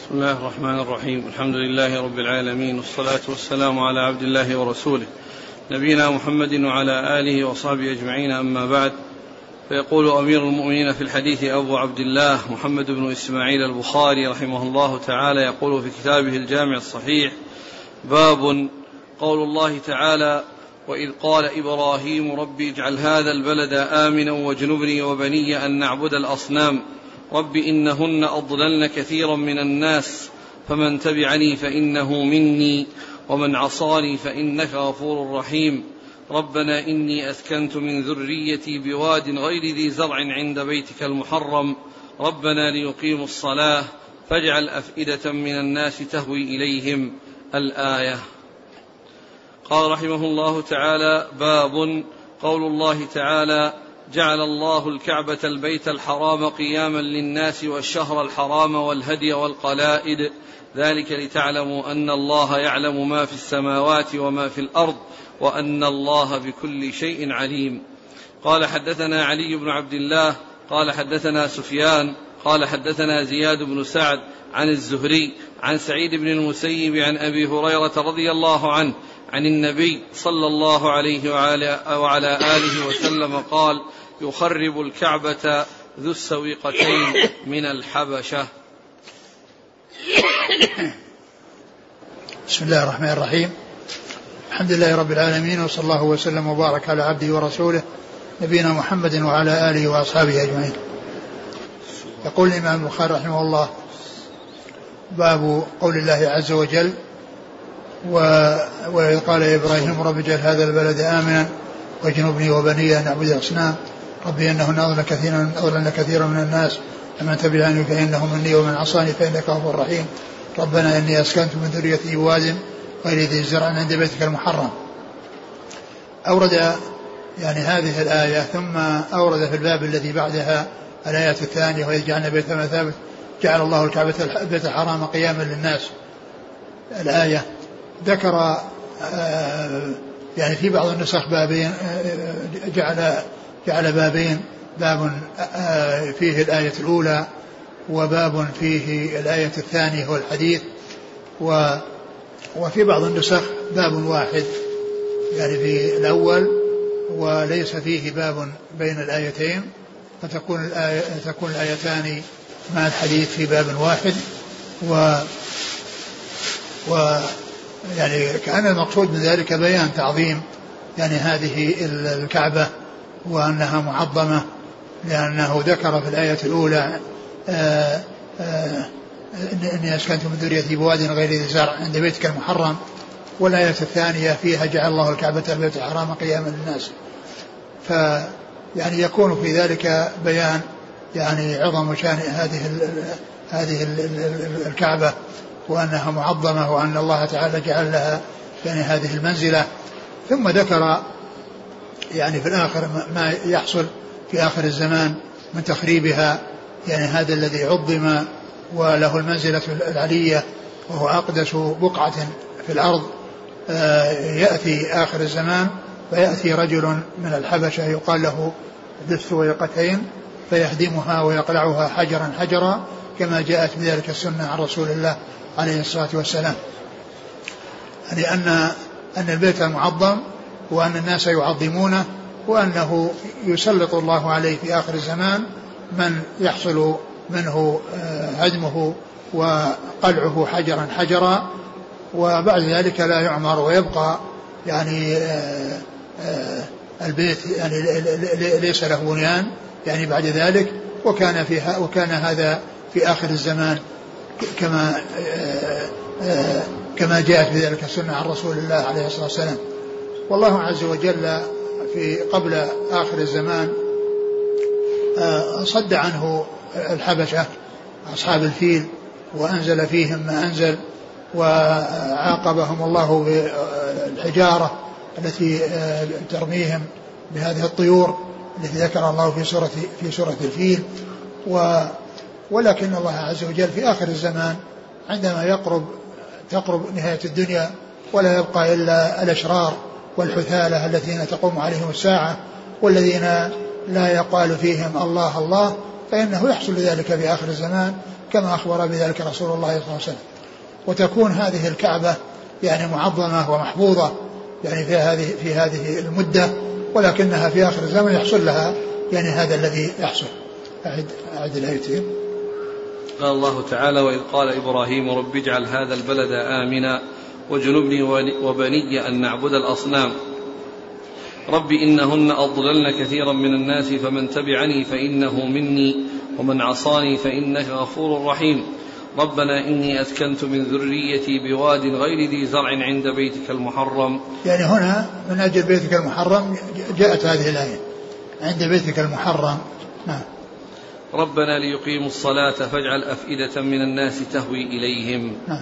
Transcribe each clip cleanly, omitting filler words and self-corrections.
بسم الله الرحمن الرحيم. الحمد لله رب العالمين، والصلاة والسلام على عبد الله ورسوله نبينا محمد وعلى آله وصحبه أجمعين، أما بعد. فيقول أمير المؤمنين في الحديث أبو عبد الله محمد بن إسماعيل البخاري رحمه الله تعالى، يقول في كتابه الجامع الصحيح: باب قول الله تعالى: وإذ قال إبراهيم ربي اجعل هذا البلد آمنا واجنبني وبني أن نعبد الأصنام رب إنهن أضللن كثيرا من الناس فمن تبعني فإنه مني ومن عصاني فإنك غفور رحيم ربنا إني أسكنت من ذريتي بواد غير ذي زرع عند بيتك المحرم ربنا ليقيموا الصلاة فاجعل أفئدة من الناس تهوي إليهم. الآية. قال رحمه الله تعالى: باب قول الله تعالى: جعل الله الكعبة البيت الحرام قياما للناس والشهر الحرام والهدي والقلائد ذلك لتعلموا أن الله يعلم ما في السماوات وما في الأرض وأن الله بكل شيء عليم. قال: حدثنا علي بن عبد الله قال حدثنا سفيان قال حدثنا زياد بن سعد عن الزهري عن سعيد بن المسيب عن أبي هريرة رضي الله عنه عن النبي صلى الله عليه وعلى آله وسلم قال: يخرب الكعبة ذو السويقتين من الحبشة. بسم الله الرحمن الرحيم. الحمد لله رب العالمين، وصلى الله وسلم وبارك على عبده ورسوله نبينا محمد وعلى آله وأصحابه أجمعين. يقول الإمام البخاري رحمه الله: باب قول الله عز وجل: وإذ قال إبراهيم رب اجعل هذا البلد آمنا واجنبني وبني أن نعبد الأصنام ربي إنهن أضللن كثيرا من الناس فمن تبعني فإنه مني ومن عصاني فإنك غفور رحيم ربنا إني أسكنت من ذريتي بواد غير ذي زرع عند بيتك المحرم. أورد يعني هذه الآية، ثم أورد في الباب الذي بعدها الآية الثانية: وإذ جعلنا بيتا مثابة جعل الله الكعبة البيت الحرام قياما للناس. الآية ذكر يعني في بعض النسخ بابين، جعل بابين: باب فيه الآية الأولى وباب فيه الآية الثانية والحديث، وفي بعض النسخ باب واحد يعني في الأول وليس فيه باب بين الآيتين، فتكون الآيتان مع الحديث في باب واحد. يعني كان المقصود من ذلك بيان تعظيم يعني هذه الكعبة وأنها معظمة، لأنه ذكر في الآية الأولى: إني أسكنت من ذريتي بواد غير ذي زرع عند بيتك المحرم، والآية الثانية فيها جعل الله الكعبة البيت الحرام قياما للناس. فيعني يكون في ذلك بيان يعني عظم شان هذه الكعبة وأنها معظمة وأن الله تعالى جعل لها يعني هذه المنزلة. ثم ذكر يعني في الآخر ما يحصل في آخر الزمان من تخريبها، يعني هذا الذي عظم وله المنزلة العلية وهو أقدس بقعة في الأرض. يأتي آخر الزمان فيأتي رجل من الحبشة يقال له ذو السويقتين فيهدمها ويقلعها حجرا حجرا، كما جاءت بذلك السنة عن رسول الله عليه الصلاة والسلام، يعني أن البيت معظم وأن الناس يعظمونه، وأنه يسلط الله عليه في آخر الزمان من يحصل منه هدمه وقلعه حجرا حجرا، وبعد ذلك لا يعمر ويبقى يعني البيت يعني ليس له بنيان يعني بعد ذلك. وكان هذا في آخر الزمان كما جاءت بذلك السنة عن رسول الله عليه الصلاة والسلام. والله عز وجل في قبل آخر الزمان صد عنه الحبشة أصحاب الفيل وأنزل فيهم ما أنزل، وعاقبهم الله بالحجارة التي ترميهم بهذه الطيور التي ذكر الله في سورة الفيل. ولكن الله عز وجل في آخر الزمان عندما تقرب نهاية الدنيا ولا يبقى إلا الأشرار والحثالة الذين تقوم عليهم الساعة والذين لا يقال فيهم الله الله، فإنه يحصل ذلك في آخر الزمان كما أخبر بذلك رسول الله صلى الله عليه وسلم. وتكون هذه الكعبة يعني معظمة ومحفوظة يعني في هذه المدة، ولكنها في آخر الزمن يحصل لها يعني هذا الذي يحصل. أعد الآيتين. قال الله تعالى: وإذ قال إبراهيم رب اجعل هذا البلد آمنا وجنبني وبني أن نعبد الأصنام رب إنهن أضللن كثيرا من الناس فمن تبعني فإنه مني ومن عصاني فإنك غفور رحيم ربنا إني أسكنت من ذريتي بواد غير ذي زرع عند بيتك المحرم. يعني هنا من أجل بيتك المحرم جاءت هذه الآية عند بيتك المحرم. نعم. ربنا ليقيموا الصلاة فاجعل أفئدة من الناس تهوي إليهم. نعم.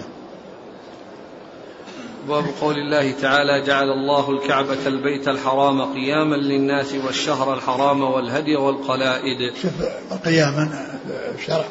باب قول الله تعالى: جعل الله الكعبة البيت الحرام قياما للناس والشهر الحرام والهدي والقلائد. شوف قياما شرع.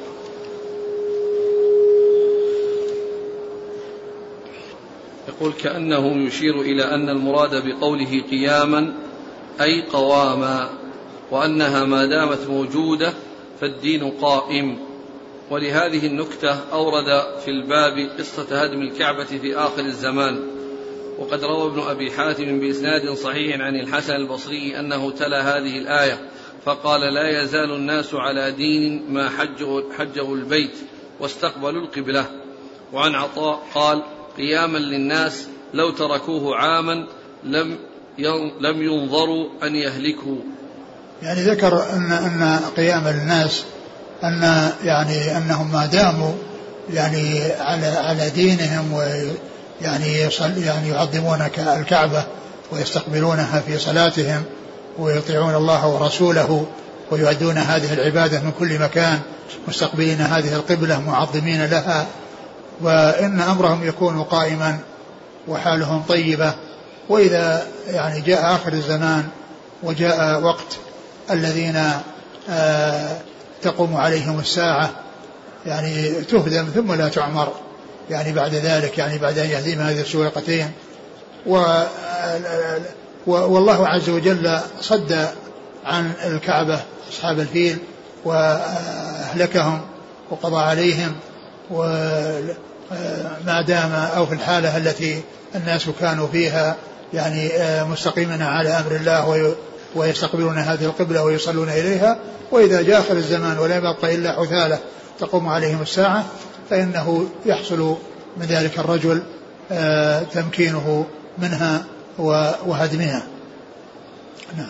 يقول كأنه يشير إلى أن المراد بقوله قياما أي قواما، وأنها ما دامت موجودة فالدين قائم. ولهذه النكتة أورد في الباب قصة هدم الكعبة في آخر الزمان. وقد روى ابن أبي حاتم بإسناد صحيح عن الحسن البصري أنه تلا هذه الآية فقال: لا يزال الناس على دين ما حجوا البيت واستقبلوا القبلة. وعن عطاء قال: قياما للناس لو تركوه عاما لم ينظروا أن يهلكوا. يعني ذكر أن قيام الناس أن يعني أنهم ما داموا يعني على دينهم ويعني يعظمون الكعبة ويستقبلونها في صلاتهم ويطيعون الله ورسوله ويؤدون هذه العبادة من كل مكان مستقبلين هذه القبلة معظمين لها، وإن أمرهم يكون قائما وحالهم طيبة. وإذا يعني جاء آخر الزمان وجاء وقت الذين تقوم عليهم الساعة يعني تهدم ثم لا تعمر يعني بعد ذلك، يعني بعد أن يهدم هذه السويقتين. والله عز وجل صد عن الكعبة أصحاب الفيل وأهلكهم وقضى عليهم، وما دام أو في الحالة التي الناس كانوا فيها يعني مستقيمين على أمر الله ويستقبلون هذه القبلة ويصلون إليها. وإذا جاء آخر الزمان ولا يبقى إلا حثالة تقوم عليهم الساعة فإنه يحصل من ذلك الرجل تمكينه منها وهدمها. نعم.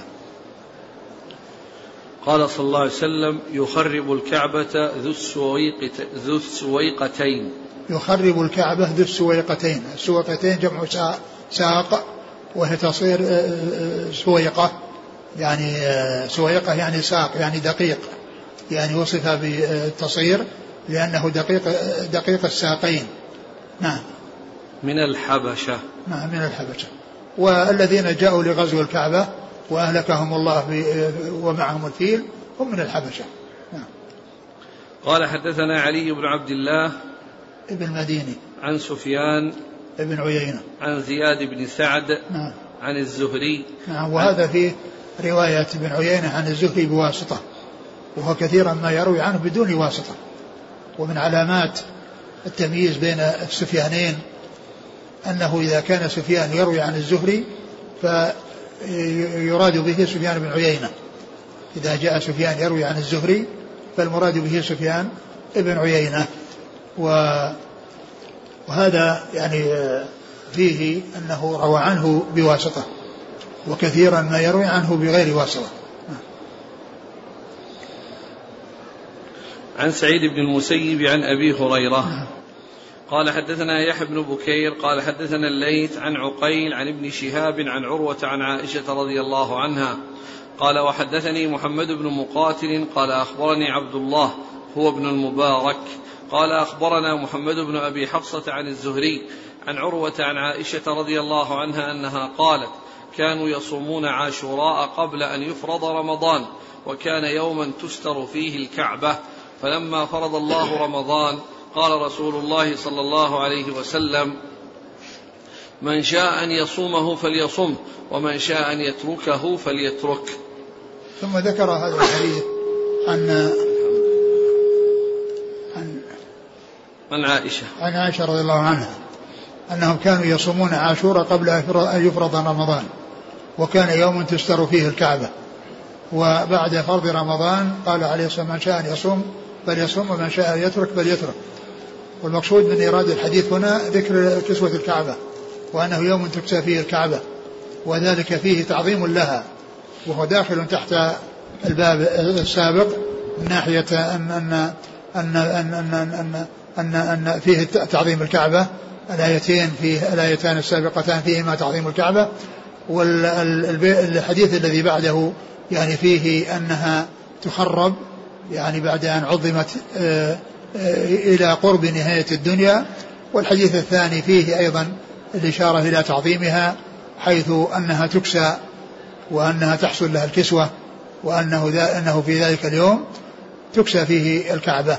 قال صلى الله عليه وسلم: يخرب الكعبة ذو السويقتين. يخرب الكعبة ذو السويقتين. السويقتين جمع ساق، وهي تصير سويقة، يعني سويقة يعني ساق يعني دقيق، يعني وصف بالتصير لأنه دقيق الساقين. نعم. من الحبشة. نعم من الحبشة. والذين جاءوا لغزو الكعبة وأهلكهم الله ومعهم الفيل هم من الحبشة. نعم. قال: حدثنا علي بن عبد الله ابن المديني عن سفيان ابن عيينة عن زياد بن سعد. نعم. عن الزهري. نعم. وهذا فيه رواية ابن عيينة عن الزهري بواسطة، وهو كثيرا ما يروي عنه بدون واسطة. ومن علامات التمييز بين السفيانين أنه إذا كان سفيان يروي عن الزهري فيراد به سفيان بن عيينة. إذا جاء سفيان يروي عن الزهري فالمراد به سفيان ابن عيينة. وهذا يعني فيه أنه روى عنه بواسطة، وكثيرا ما يروي عنه بغير واسطة. عن سعيد بن المسيب عن أبي هريرة قال: حدثنا يحيى بن بكير قال: حدثنا الليث عن عقيل عن ابن شهاب عن عروة عن عائشة رضي الله عنها قال: وحدثني محمد بن مقاتل قال: أخبرني عبد الله هو ابن المبارك قال: أخبرنا محمد بن أبي حفصة عن الزهري عن عروة عن عائشة رضي الله عنها أنها قالت: كانوا يصومون عاشوراء قبل أن يفرض رمضان، وكان يوما تستر فيه الكعبة، فلما فرض الله رمضان قال رسول الله صلى الله عليه وسلم: من شاء أن يصومه فليصم، ومن شاء أن يتركه فليترك. ثم ذكر هذا الحديث أن عن عائشة رضي الله عنها أنهم كانوا يصومون عاشوراء قبل أن يفرض رمضان، وكان يوم تستر فيه الكعبة، وبعد فرض رمضان قال عليه الصلاة والسلام: من شاء أن يصوم فليصوم ومن شاء يترك فليترك. والمقصود من إيراد الحديث هنا ذكر كسوة الكعبة، وأنه يوم تكسى فيه الكعبة، وذلك فيه تعظيم لها، وهو داخل تحت الباب السابق من ناحية أن فيه تعظيم الكعبة. الآيتان السابقتان فيهما تعظيم الكعبة، والحديث الذي بعده يعني فيه أنها تخرب يعني بعد أن عظمت إلى قرب نهاية الدنيا. والحديث الثاني فيه أيضا الإشارة إلى تعظيمها، حيث أنها تكسى وأنها تحصل لها الكسوة، وأنه في ذلك اليوم تكسى فيه الكعبة.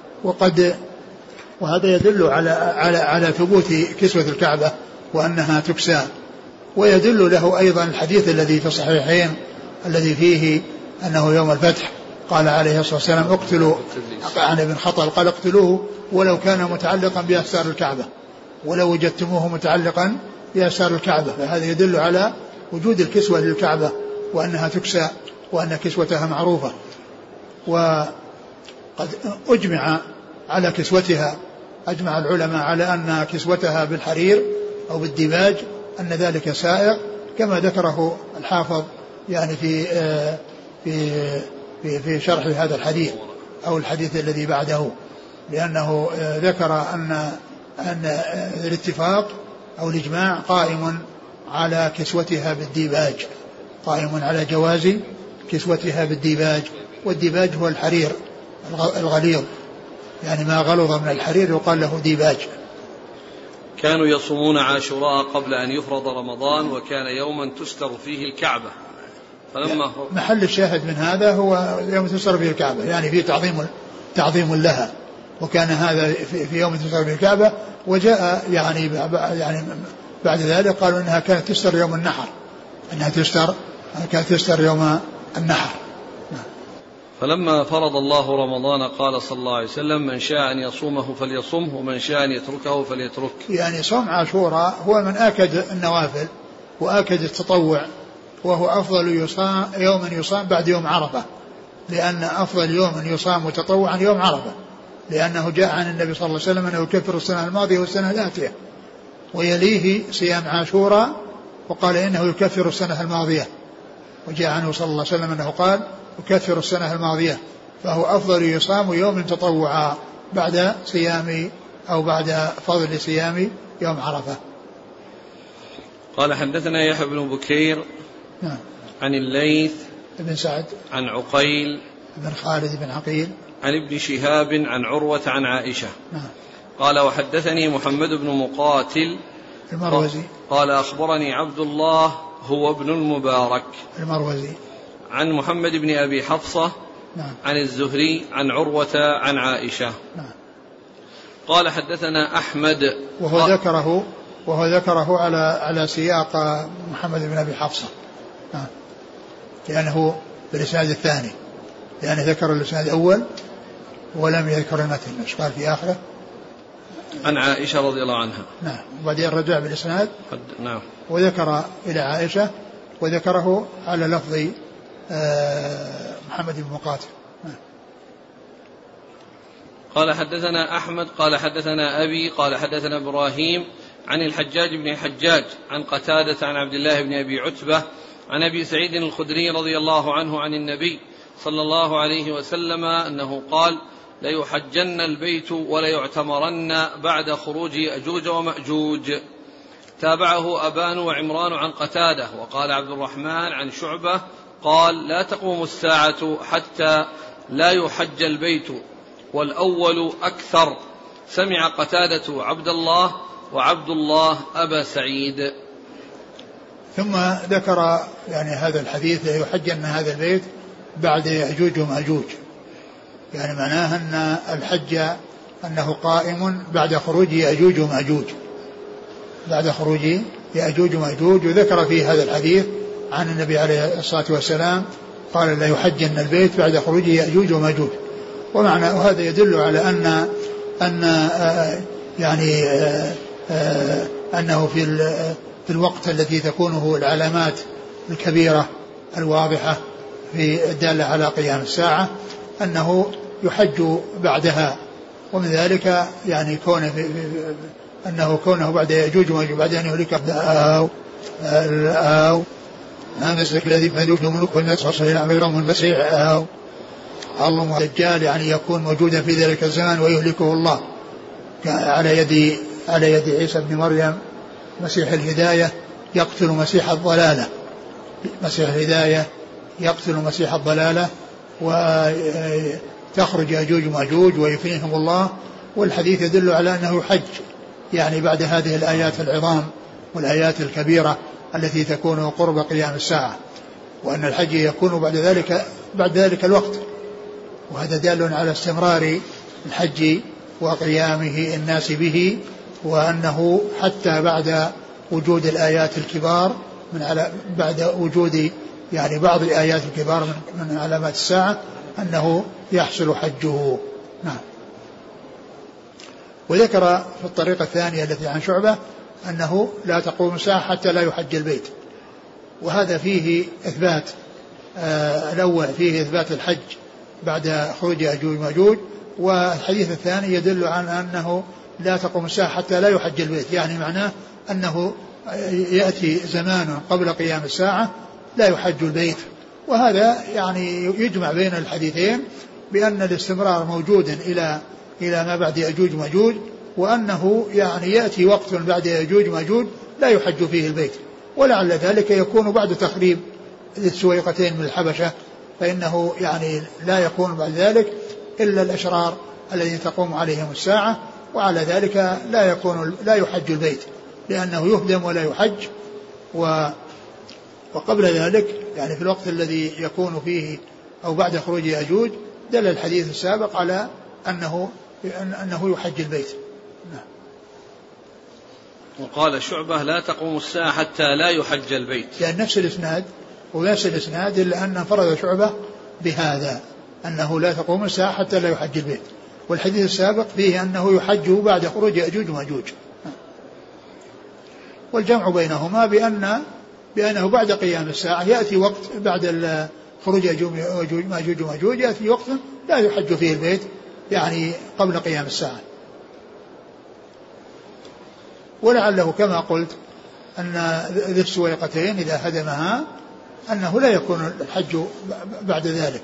وهذا يدل على ثبوت كسوة الكعبة وأنها تكسى. ويدل له أيضا الحديث الذي في الصحيحين الذي فيه أنه يوم الفتح قال عليه الصلاة والسلام: اقتلوا عن ابن خطل، قال: اقتلوه ولو كان متعلقا بأستار الكعبة، ولو وجدتموه متعلقا بأستار الكعبة. فهذا يدل على وجود الكسوة للكعبة وأنها تكسى وأن كسوتها معروفة. وقد أجمع على كسوتها، أجمع العلماء على أن كسوتها بالحرير أو بالديباج أن ذلك سائغ، كما ذكره الحافظ يعني في شرح هذا الحديث أو الحديث الذي بعده، لأنه ذكر أن الاتفاق أو الإجماع قائم على كسوتها بالديباج، قائم على جواز كسوتها بالديباج. والديباج هو الحرير الغليظ، يعني ما غلظ من الحرير يقال له ديباج. كانوا يصومون عاشوراء قبل أن يفرض رمضان، وكان يوما تستر فيه الكعبة. فلما محل الشاهد من هذا هو يوم تستر فيه الكعبة، يعني فيه تعظيم لها، وكان هذا في يوم تستر فيه الكعبة. وجاء يعني بعد ذلك قالوا إنها كانت تستر يوم النحر، كانت تستر يوم النحر. فلما فرض الله رمضان قال صلى الله عليه وسلم: من شاء أن يصومه فليصمه ومن شاء أن يتركه فليترك. يعني صوم عاشوراء هو من آكد النوافل وآكد التطوع، وهو أفضل يوم يصام بعد يوم عرفة، لأن أفضل يوم يصام متطوعا يوم عرفة، لأنه جاء عن النبي صلى الله عليه وسلم أنه يكفر السنة الماضية والسنة الآتية، ويليه صيام عاشوراء وقال إنه يكفر السنة الماضية، وجاء عنه صلى الله عليه وسلم أنه قال يكفر السنة الماضية، فهو أفضل يصام يوم تطوعا بعد صيام أو بعد فضل صيام يوم عرفة. قال: حدثنا يحيى بن بكير عن الليث بن سعد عن عقيل بن خالد بن عقيل عن ابن شهاب عن عروة عن عائشة قال: وحدثني محمد بن مقاتل المروزي قال: أخبرني عبد الله هو ابن المبارك المروزي عن محمد بن أبي حفصة عن الزهري عن عروة عن عائشة. قال: حدثنا أحمد وهو ذكره على سياق محمد بن أبي حفصة، لأنه بالإسناد الثاني، لأنه ذكر الإسناد الأول ولم يذكر المتن، ايش قال في آخره؟ عن عائشة رضي الله عنها. نعم. وبعدين رجع بالإسناد نعم، وذكر إلى عائشة وذكره على لفظ محمد بن مقاتل. قال: حدثنا أحمد قال: حدثنا أبي قال: حدثنا إبراهيم عن الحجاج بن الحجاج عن قتادة عن عبد الله بن أبي عتبة عن أبي سعيد الخدري رضي الله عنه عن النبي صلى الله عليه وسلم أنه قال: ليحجن البيت وليعتمرن بعد خروج يأجوج ومأجوج. تابعه أبان وعمران عن قتادة. وقال عبد الرحمن عن شعبة قال: لا تقوم الساعة حتى لا يحج البيت، والأول أكثر. سمع قتادة عبد الله وعبد الله أبا سعيد. ثم ذكر يعني هذا الحديث: يحجن هذا البيت بعد يأجوج ومأجوج، يعني معناه أن الحج أنه قائم بعد خروج يأجوج ومأجوج، بعد خروج يأجوج ومأجوج. وذكر في هذا الحديث عن النبي عليه الصلاة والسلام قال: لا يحجن البيت بعد خروج يأجوج ومأجوج. وهذا يدل على أن أن يعني أنه في الوقت الذي تكونه العلامات الكبيرة الواضحة في الدالة على قيام الساعة أنه يحج بعدها. ومن ذلك يعني كونه بعد يأجوج ومأجوج بعد أن يهلك المسلك الذي فيدوش ملوك والناس وصل غيرهم المسيح الله الدجال يعني يكون موجودا في ذلك الزمان ويهلكه الله على يد عيسى بن مريم مسيح الهداية يقتل مسيح الضلالة. مسيح الهداية يقتل مسيح الضلالة وتخرج يأجوج ومأجوج ويفنيهم الله. والحديث يدل على أنه يحج يعني بعد هذه الآيات العظام والآيات الكبيرة التي تكون قرب قيام الساعة, وأن الحج يكون بعد ذلك الوقت, وهذا دال على استمرار الحج وقيامه الناس به, وأنه حتى بعد وجود الآيات الكبار بعد وجود يعني بعض الآيات الكبار من علامات الساعة أنه يحصل حجه. نعم. وذكر في الطريقة الثانية التي عن شعبة أنه لا تقوم الساعة حتى لا يحج البيت, وهذا فيه إثبات الأول فيه إثبات الحج بعد خروج يأجوج ومأجوج, والحديث الثاني يدل على أنه لا تقوم الساعة حتى لا يحج البيت, يعني معناه أنه يأتي زمان قبل قيام الساعة لا يحج البيت. وهذا يعني يجمع بين الحديثين بأن الاستمرار موجود إلى ما بعد يأجوج ومأجوج, وأنه يعني يأتي وقت بعد يأجوج ومأجوج لا يحج فيه البيت, ولعل ذلك يكون بعد تخريب السويقتين من الحبشة, فإنه يعني لا يكون بعد ذلك إلا الأشرار الذين تقوم عليهم الساعة, وعلى ذلك لا يحج البيت لأنه يهدم ولا يحج. وقبل ذلك يعني في الوقت الذي يكون فيه أو بعد خروج يأجوج دل الحديث السابق على أنه يحج البيت. نعم. وقال شعبة لا تقوم الساعة حتى لا يحج البيت, لأن نفس الإسناد إلا أن انفرد شعبة بهذا أنه لا تقوم الساعة حتى لا يحج البيت, والحديث السابق فيه أنه يحج بعد خروج يأجوج ومأجوج. والجمع بينهما بأنه بعد قيام الساعة يأتي وقت بعد خروج يأجوج ومأجوج يأتي وقت لا يحج فيه البيت يعني قبل قيام الساعة. ولعله كما قلت أن ذي السويقتين إذا هدمها أنه لا يكون الحج بعد ذلك,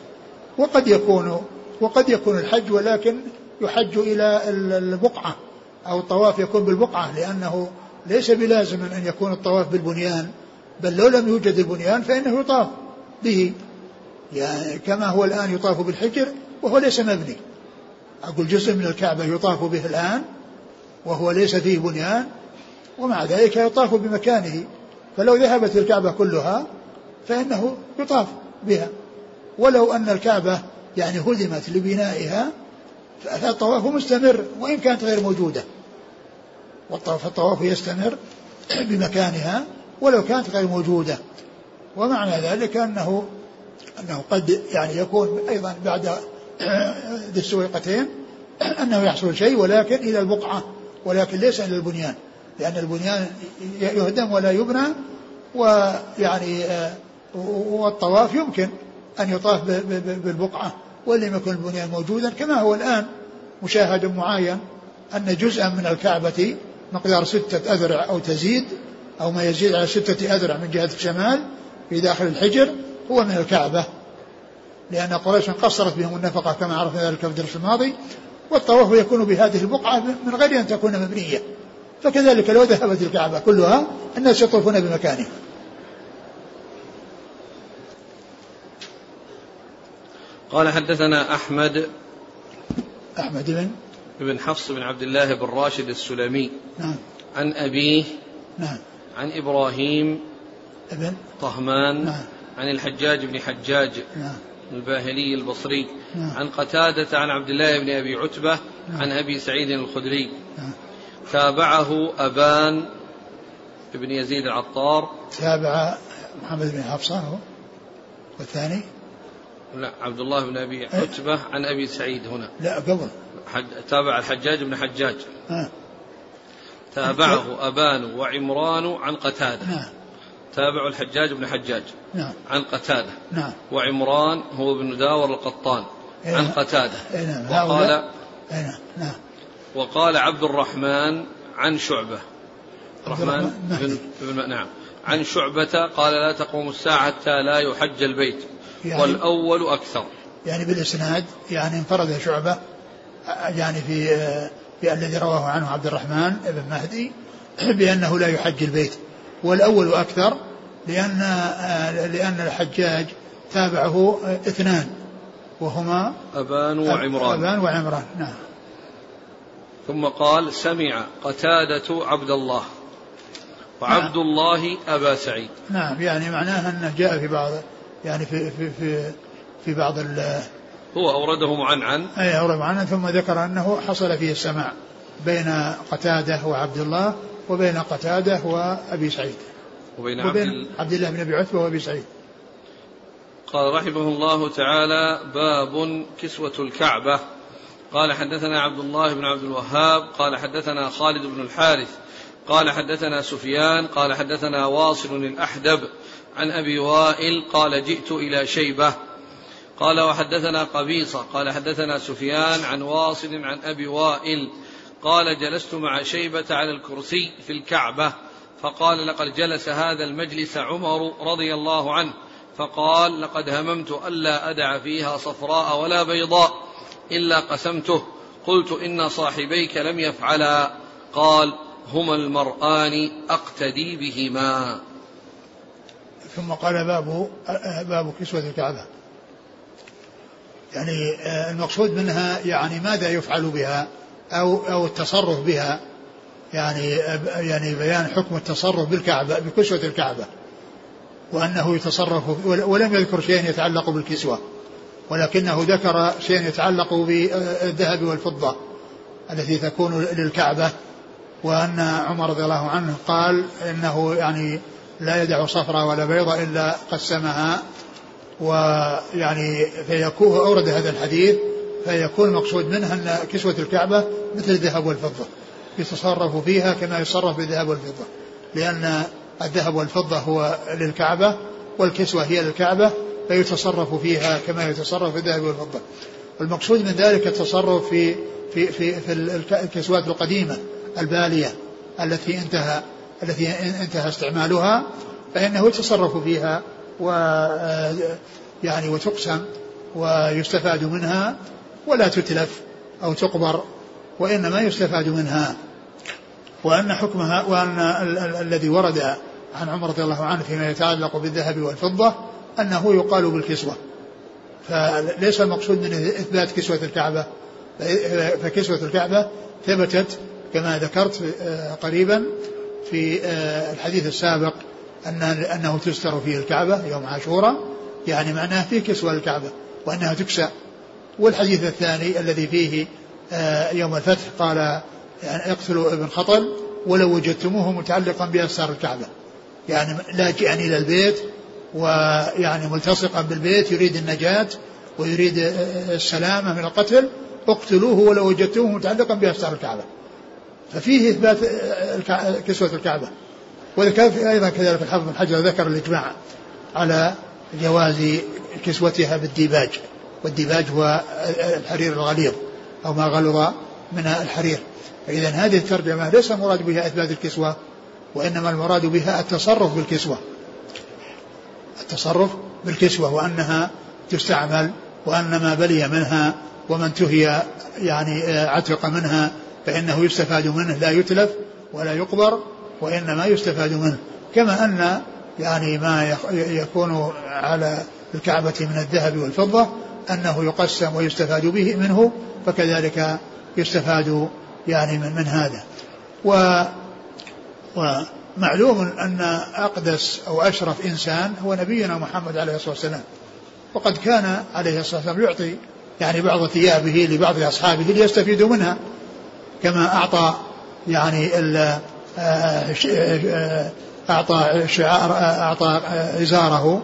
وقد يكون الحج ولكن يحج إلى البقعة أو الطواف يكون بالبقعة, لأنه ليس بلازم أن يكون الطواف بالبنيان, بل لو لم يوجد البنيان فإنه يطاف به, يعني كما هو الآن يطاف بالحجر وهو ليس مبني. أقول جزء من الكعبة يطاف به الآن وهو ليس فيه بنيان, ومع ذلك يطاف بمكانه, فلو ذهبت الكعبة كلها فإنه يطاف بها, ولو أن الكعبة يعني هدمت لبنائها فالطواف مستمر وإن كانت غير موجودة, فالطواف يستمر بمكانها ولو كانت غير موجودة. ومعنى ذلك أنه قد يعني يكون أيضا بعد ذي السويقتين أنه يحصل شيء ولكن إلى البقعة, ولكن ليس إلى البنيان, لأن البنيان يهدم ولا يبنى, ويعني والطواف يمكن أن يطاف بالبقعة ولم يكن البنيان موجودا, كما هو الآن مشاهد معاين أن جزءا من الكعبة مقدار 6 أذرع أو تزيد أو ما يزيد على 6 أذرع من جهة الشمال في داخل الحجر هو من الكعبة, لأن قريش قصرت بهم النفقة كما عرفنا ذلك في الدرس الماضي, والطواف يكون بهذه البقعة من غير أن تكون مبنية, فكذلك لو ذهبت الكعبة كلها الناس يطوفون بمكانه. قال حدثنا أحمد بن حفص بن عبد الله بن راشد السلمي, نعم, عن أبيه, نعم, عن إبراهيم ابن طهمان, نعم, عن الحجاج بن حجاج, نعم, الباهلي البصري, نعم, عن قتادة عن عبد الله بن أبي عتبة, نعم, عن أبي سعيد الخدري, نعم, تابعه أبان بن يزيد العطار, تابع محمد بن حفصة, والثاني لا عبد الله بن أبي عتبة عن أبي سعيد هنا, لا قبل تابع الحجاج بن حجاج. تابعه أبان وعمران عن قتادة. تابع الحجاج بن حجاج عن قتادة. وعمران هو بن داور القطان عن قتادة. وقال عبد الرحمن عن شعبة عن شعبة قال لا تقوم الساعة حتى لا يحج البيت يعني والأول أكثر. يعني بالإسناد يعني انفرد شعبة يعني في الذي رواه عنه عبد الرحمن بن مهدي بأنه لا يحج البيت والأول أكثر لأن الحجاج تابعه اثنان وهما أبان وعمران. نعم. ثم قال سمع قتادة عبد الله وعبد الله أبا سعيد. نعم يعني معناها أنه جاء في بعض يعني في بعض هو أورده معنعن. أورده معنعن ثم ذكر أنه حصل فيه السماع بين قتادة وعبد الله وبين قتادة وأبي سعيد وبين عبد الله بن أبي عتبة وأبي سعيد. قال رحمه الله تعالى باب كسوة الكعبة. قال حدثنا عبد الله بن عبد الوهاب قال حدثنا خالد بن الحارث قال حدثنا سفيان قال حدثنا واصل الأحدب عن أبي وائل قال جئت إلى شيبة قال وحدثنا قبيصة قال حدثنا سفيان عن واصل عن أبي وائل قال جلست مع شيبة على الكرسي في الكعبة فقال لقد جلس هذا المجلس عمر رضي الله عنه فقال لقد هممت ألا أدع فيها صفراء ولا بيضاء إلا قسمته قلت إن صاحبيك لم يفعلا قال هما المرآن أقتدي بهما. ثم قال باب كسوة الكعبة يعني المقصود منها يعني ماذا يفعل بها أو التصرف بها يعني بيان حكم التصرف بالكعبة بكسوة الكعبة وأنه يتصرف ولم يذكر شيء يتعلق بالكسوة ولكنه ذكر شيء يتعلق بالذهب والفضة التي تكون للكعبة وأن عمر رضي الله عنه قال إنه يعني لا يدع صفرة ولا بيضة إلا قسمها ويعني فيكون أورد هذا الحديث فيكون المقصود منها أن كسوة الكعبة مثل الذهب والفضة يتصرف فيها كما يتصرف بالذهب والفضة لأن الذهب والفضة هو للكعبة والكسوة هي للكعبة فيتصرف فيها كما يتصرف في الذهب والفضة. والمقصود من ذلك التصرف في الكسوات القديمة البالية التي انتهى استعمالها فإنه يتصرف فيها يعني وتقسم ويستفاد منها ولا تتلف أو تقبر وإنما يستفاد منها وأن حكمها وأن الذي ورد عن عمر رضي الله عنه فيما يتعلق بالذهب والفضة أنه يقال بالكسوة فليس المقصود من إثبات كسوة الكعبة فكسوة الكعبة ثبتت كما ذكرت قريبا في الحديث السابق أنه تستر فيه الكعبة يوم عاشوراء يعني معناه فيه كسوة الكعبة وأنها تكسى. والحديث الثاني الذي فيه يوم الفتح قال يعني اقتلوا ابن خطل ولو وجدتموه متعلقا بأستار الكعبة يعني لاجئا إلى البيت ويعني ملتصقا بالبيت يريد النجاة ويريد السلامة من القتل اقتلوه ولو وجدتموه متعلقا بأستار الكعبة ففيه إثبات كسوة الكعبة. وذكر أيضا كذلك الحافظ بن حجر ذكر الإجماع على جواز كسوتها بالديباج والديباج هو الحرير الغليظ أو ما غلظ من الحرير. فإذا هذه الترجمة ليس المراد بها إثبات الكسوة وإنما المراد بها التصرف بالكسوة وأنها تستعمل وأن ما بلي منها ومن تهي يعني عتق منها فإنه يستفاد منه لا يتلف ولا يقبر وإنما يستفاد منه كما أن يعني ما يكون على الكعبة من الذهب والفضة أنه يقسم ويستفاد به منه فكذلك يستفاد يعني من هذا. ومعلوم أن أقدس أو أشرف إنسان هو نبينا محمد عليه الصلاة والسلام وقد كان عليه الصلاة والسلام يعطي يعني بعض ثيابه لبعض أصحابه ليستفيدوا منها كما أعطى يعني أعطى إزاره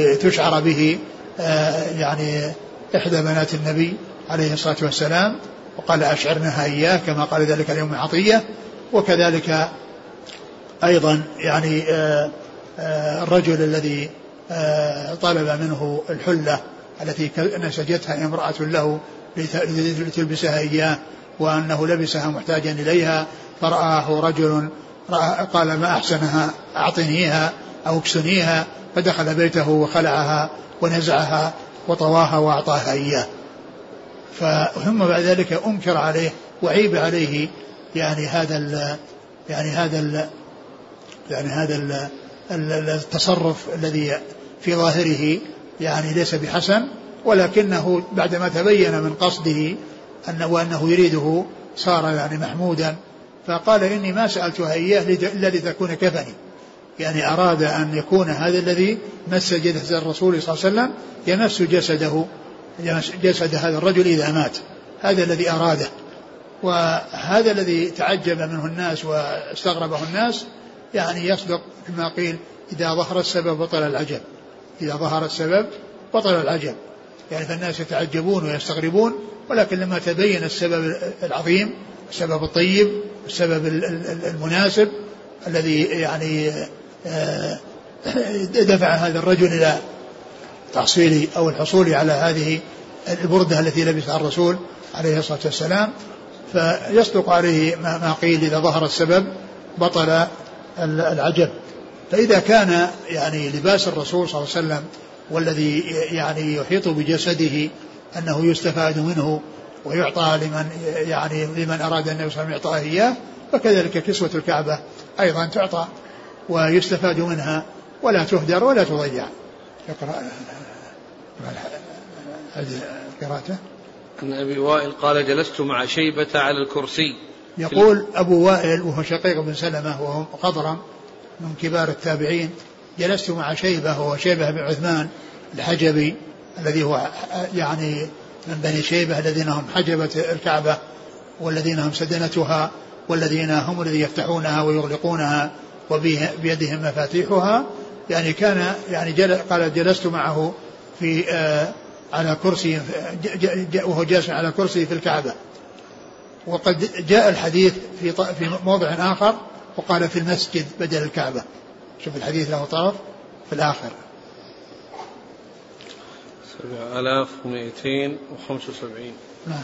لتشعر به يعني إحدى بنات النبي عليه الصلاة والسلام وقال أشعرنها إياه كما قال ذلك اليوم عطية. وكذلك أيضا يعني الرجل الذي طلب منه الحلة التي نسجتها امرأة له لتلبسها إياه وأنه لبسها محتاجا إليها فرآه رجل قال ما أحسنها أعطنيها أو اكسنيها فدخل بيته وخلعها ونزعها وطواها وأعطاها إياه. فهم بعد ذلك أنكر عليه وعيب عليه يعني هذا التصرف الذي في ظاهره يعني ليس بحسن، ولكنه بعدما تبين من قصده وأنه يريده صار يعني محمودا. فقال إني ما سألتها إياه إلا لتكون كفني، يعني أراد أن يكون هذا الذي مس جسد الرسول صلى الله عليه وسلم يمس جسد هذا الرجل إذا مات، هذا الذي أراده. وهذا الذي تعجب منه الناس واستغربه الناس يعني يصدق كما قيل إذا ظهر السبب بطل العجب، إذا ظهر السبب بطل العجب، يعني فالناس يتعجبون ويستغربون، ولكن لما تبين السبب العظيم السبب الطيب السبب المناسب الذي يعني دفع هذا الرجل إلى تحصيل أو الحصول على هذه البردة التي لبسها الرسول عليه الصلاة والسلام، فيصدق عليه ما قيل إذا ظهر السبب بطل العجب. فإذا كان يعني لباس الرسول صلى الله عليه وسلم والذي يعني يحيط بجسده أنه يستفاد منه ويعطى لمن أراد النبي صلى الله عليه وسلم يعطاه إياه، فكذلك كسوة الكعبة أيضا تعطى ويستفاد منها ولا تهدر ولا تضيع. يقرأ هذه قراءته. أن أبي وائل قال جلست مع شيبة على الكرسي. يقول أبو وائل وهو شقيق بن سلمة وهو خضرم من كبار التابعين، جلست مع شيبة وهو شيبة بن عثمان الحجبي الذي هو يعني من بني شيبة الذين هم حجبة الكعبة والذين هم سدنتها والذين هم الذي يفتحونها ويغلقونها وبيدهم مفاتيحها. يعني كان يعني قال جلست معه في على كرسي وهو جالس على كرسي في الكعبة. وقد جاء الحديث في موضع آخر وقال في المسجد بدل الكعبة. شوف الحديث له طرف في الآخر 7275. نعم.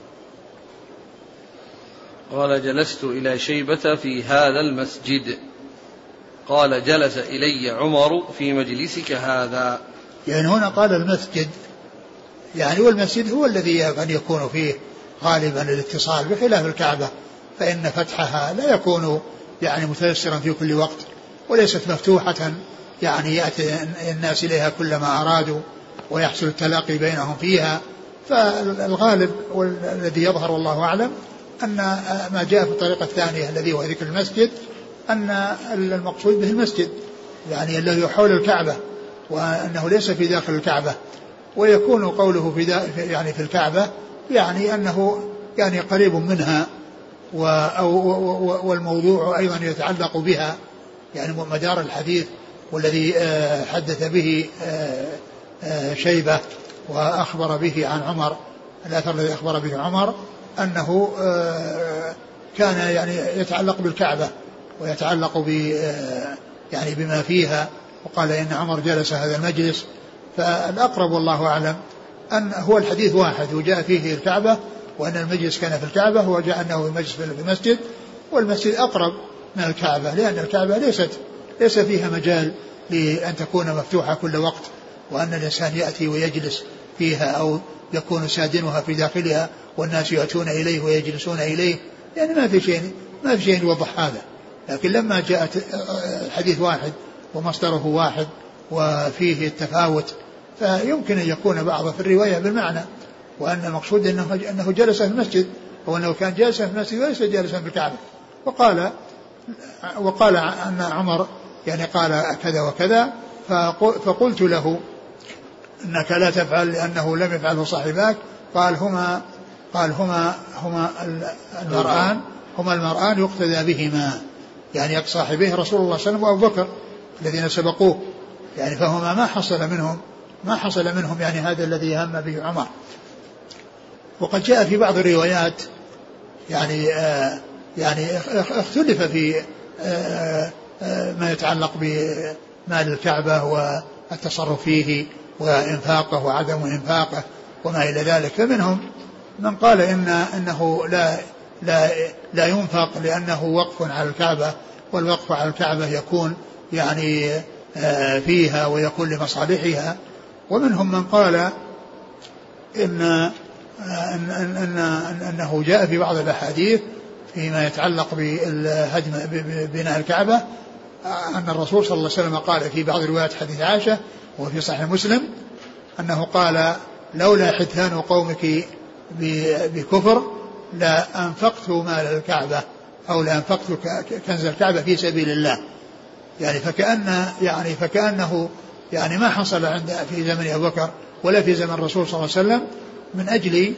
قال جلست إلى شيبة في هذا المسجد. قال جلس إلي عمر في مجلسك هذا. يعني هنا قال المسجد يعني والمسجد هو الذي يكون فيه غالبا الاتصال بخلاف الكعبة، فإن فتحها لا يكون يعني متيسرا في كل وقت وليست مفتوحة يعني يأتي الناس إليها كلما أرادوا ويحصل التلاقي بينهم فيها. فالغالب والذي يظهر والله أعلم أن ما جاء في الطريقة الثانية الذي هو ذكر المسجد أن المقصود به المسجد يعني الذي حول الكعبة وأنه ليس في داخل الكعبة، ويكون قوله في الكعبة يعني أنه يعني قريب منها والموضوع أيضا يتعلق بها، يعني مدار الحديث والذي حدث به شيبة وأخبر به عن عمر، الأثر الذي أخبر به عمر أنه كان يعني يتعلق بالكعبة ويتعلق يعني بما فيها. وقال إن عمر جلس هذا المجلس. فالأقرب والله أعلم أن هو الحديث واحد وجاء فيه الكعبة وأن المجلس كان في الكعبة وجاء أنه المجلس في المسجد، والمسجد أقرب من الكعبة لأن الكعبة ليس فيها مجال لأن تكون مفتوحة كل وقت وأن الإنسان يأتي ويجلس فيها أو يكون سادنها في داخلها والناس يأتون إليه ويجلسون إليه، يعني ما في شيء يوضح هذا. لكن لما جاءت الحديث واحد ومصدره واحد وفيه التفاوت فيمكن أن يكون بعض في الرواية بالمعنى، وأن المقصود أنه جلس في المسجد وأنه كان جالسا في المسجد وليس جالسا في الكعبة. وقال أن عمر يعني قال كذا وكذا، فقلت له إنك لا تفعل لأنه لم يفعله صاحباك. قال هما المرآن يقتدى بهما، يعني صاحبه رسول الله صلى الله عليه وسلم وأبو بكر الذين سبقوه، يعني فهما ما حصل منهم يعني هذا الذي هم به عمر. وقد جاء في بعض الروايات يعني اختلف في ما يتعلق بمال الكعبة والتصرف فيه وإنفاقه وعدم إنفاقه وما إلى ذلك. فمنهم من قال إنه لا ينفق لأنه وقف على الكعبة، والوقف على الكعبة يكون يعني فيها ويكون لمصالحها. ومنهم من قال أنه جاء في بعض الأحاديث فيما يتعلق بالهدم بناء الكعبة أن الرسول صلى الله عليه وسلم قال في بعض روايات حديث عائشة وفي صحيح مسلم أنه قال: لولا حدثان قومك بكفر لا أنفقت مال الكعبة أو لا أنفقت كنز الكعبة في سبيل الله. يعني فكأنه يعني ما حصل في زمن أبي بكر ولا في زمن الرسول صلى الله عليه وسلم من أجل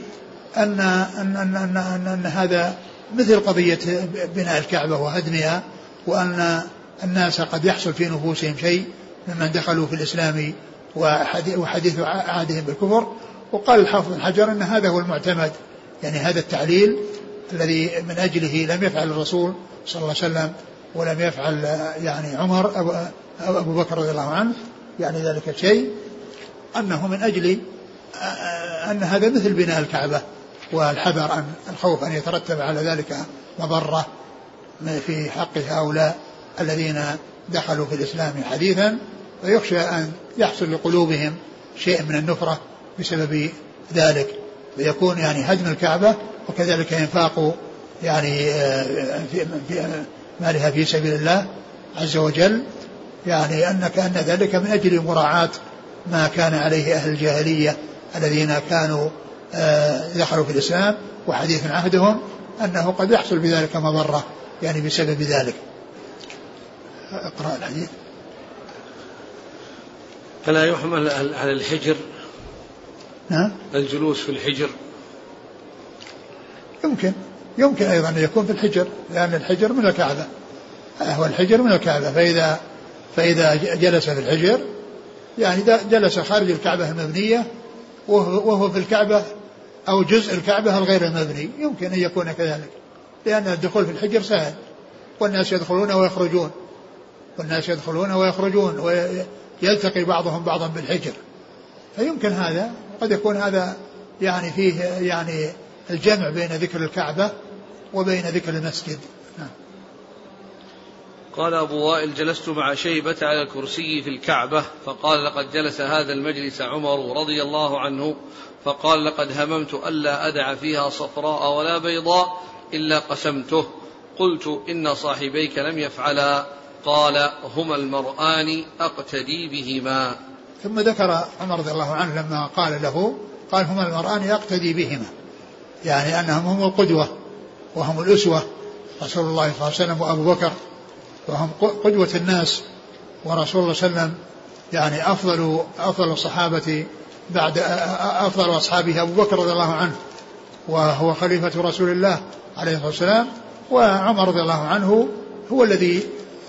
أن هذا مثل قضية بناء الكعبة وهدمها، وأن الناس قد يحصل في نفوسهم شيء ممن دخلوا في الإسلام وحديث عهدهم بالكفر. وقال الحافظ بن حجر أن هذا هو المعتمد، يعني هذا التعليل الذي من أجله لم يفعل الرسول صلى الله عليه وسلم ولم يفعل يعني عمر أبو بكر رضي الله عنه يعني ذلك الشيء، أنه من أجل أن هذا مثل بناء الكعبة، والحذر أن الخوف أن يترتب على ذلك مضرة في حق هؤلاء الذين دخلوا في الإسلام حديثا، ويخشى أن يحصل لقلوبهم شيء من النفرة بسبب ذلك، ويكون يعني هدم الكعبة وكذلك ينفاق يعني في مالها في سبيل الله عز وجل، يعني أن ذلك من أجل مراعاة ما كان عليه أهل الجاهلية الذين كانوا دخلوا في الإسلام وحديث عهدهم، أنه قد يحصل بذلك مضرة يعني بسبب ذلك. اقرأ الحديث. فلا يحمل على الحجر؟ نعم. الجلوس في الحجر يمكن أيضا أن يكون في الحجر، لأن الحجر من الكعبة، هو الحجر من الكعبة، فإذا جلس في الحجر يعني جلس خارج الكعبة المبنية وهو في الكعبة أو جزء الكعبة الغير المبني، يمكن أن يكون كذلك، لأن الدخول في الحجر سهل، والناس يدخلون ويخرجون ويلتقي بعضهم بعضا بالحجر، فيمكن هذا قد يكون هذا يعني فيه يعني الجمع بين ذكر الكعبة وبين ذكر المسجد. قال أبو وائل: جلست مع شيبة على الكرسي في الكعبة، فقال: لقد جلس هذا المجلس عمر رضي الله عنه، فقال: لقد هممت ألا أدع فيها صفراء ولا بيضاء إلا قسمته. قلت: إن صاحبيك لم يفعلا. قال: هما المرآن أقتدي بهما. ثم ذكر عمر رضي الله عنه لما قال له، قال: هما المرآن أقتدي بهما، يعني أنهم هم القدوة وهم الأسوة، رسول الله صلى الله عليه وسلم وأبو بكر، وهم قدوة الناس، ورسول الله صلى الله عليه وسلم يعني أفضل الصحابة بعد أفضل أصحابه أبو بكر رضي الله عنه، وهو خليفة رسول الله عليه الصلاة والسلام، وعمر رضي الله عنه هو الذي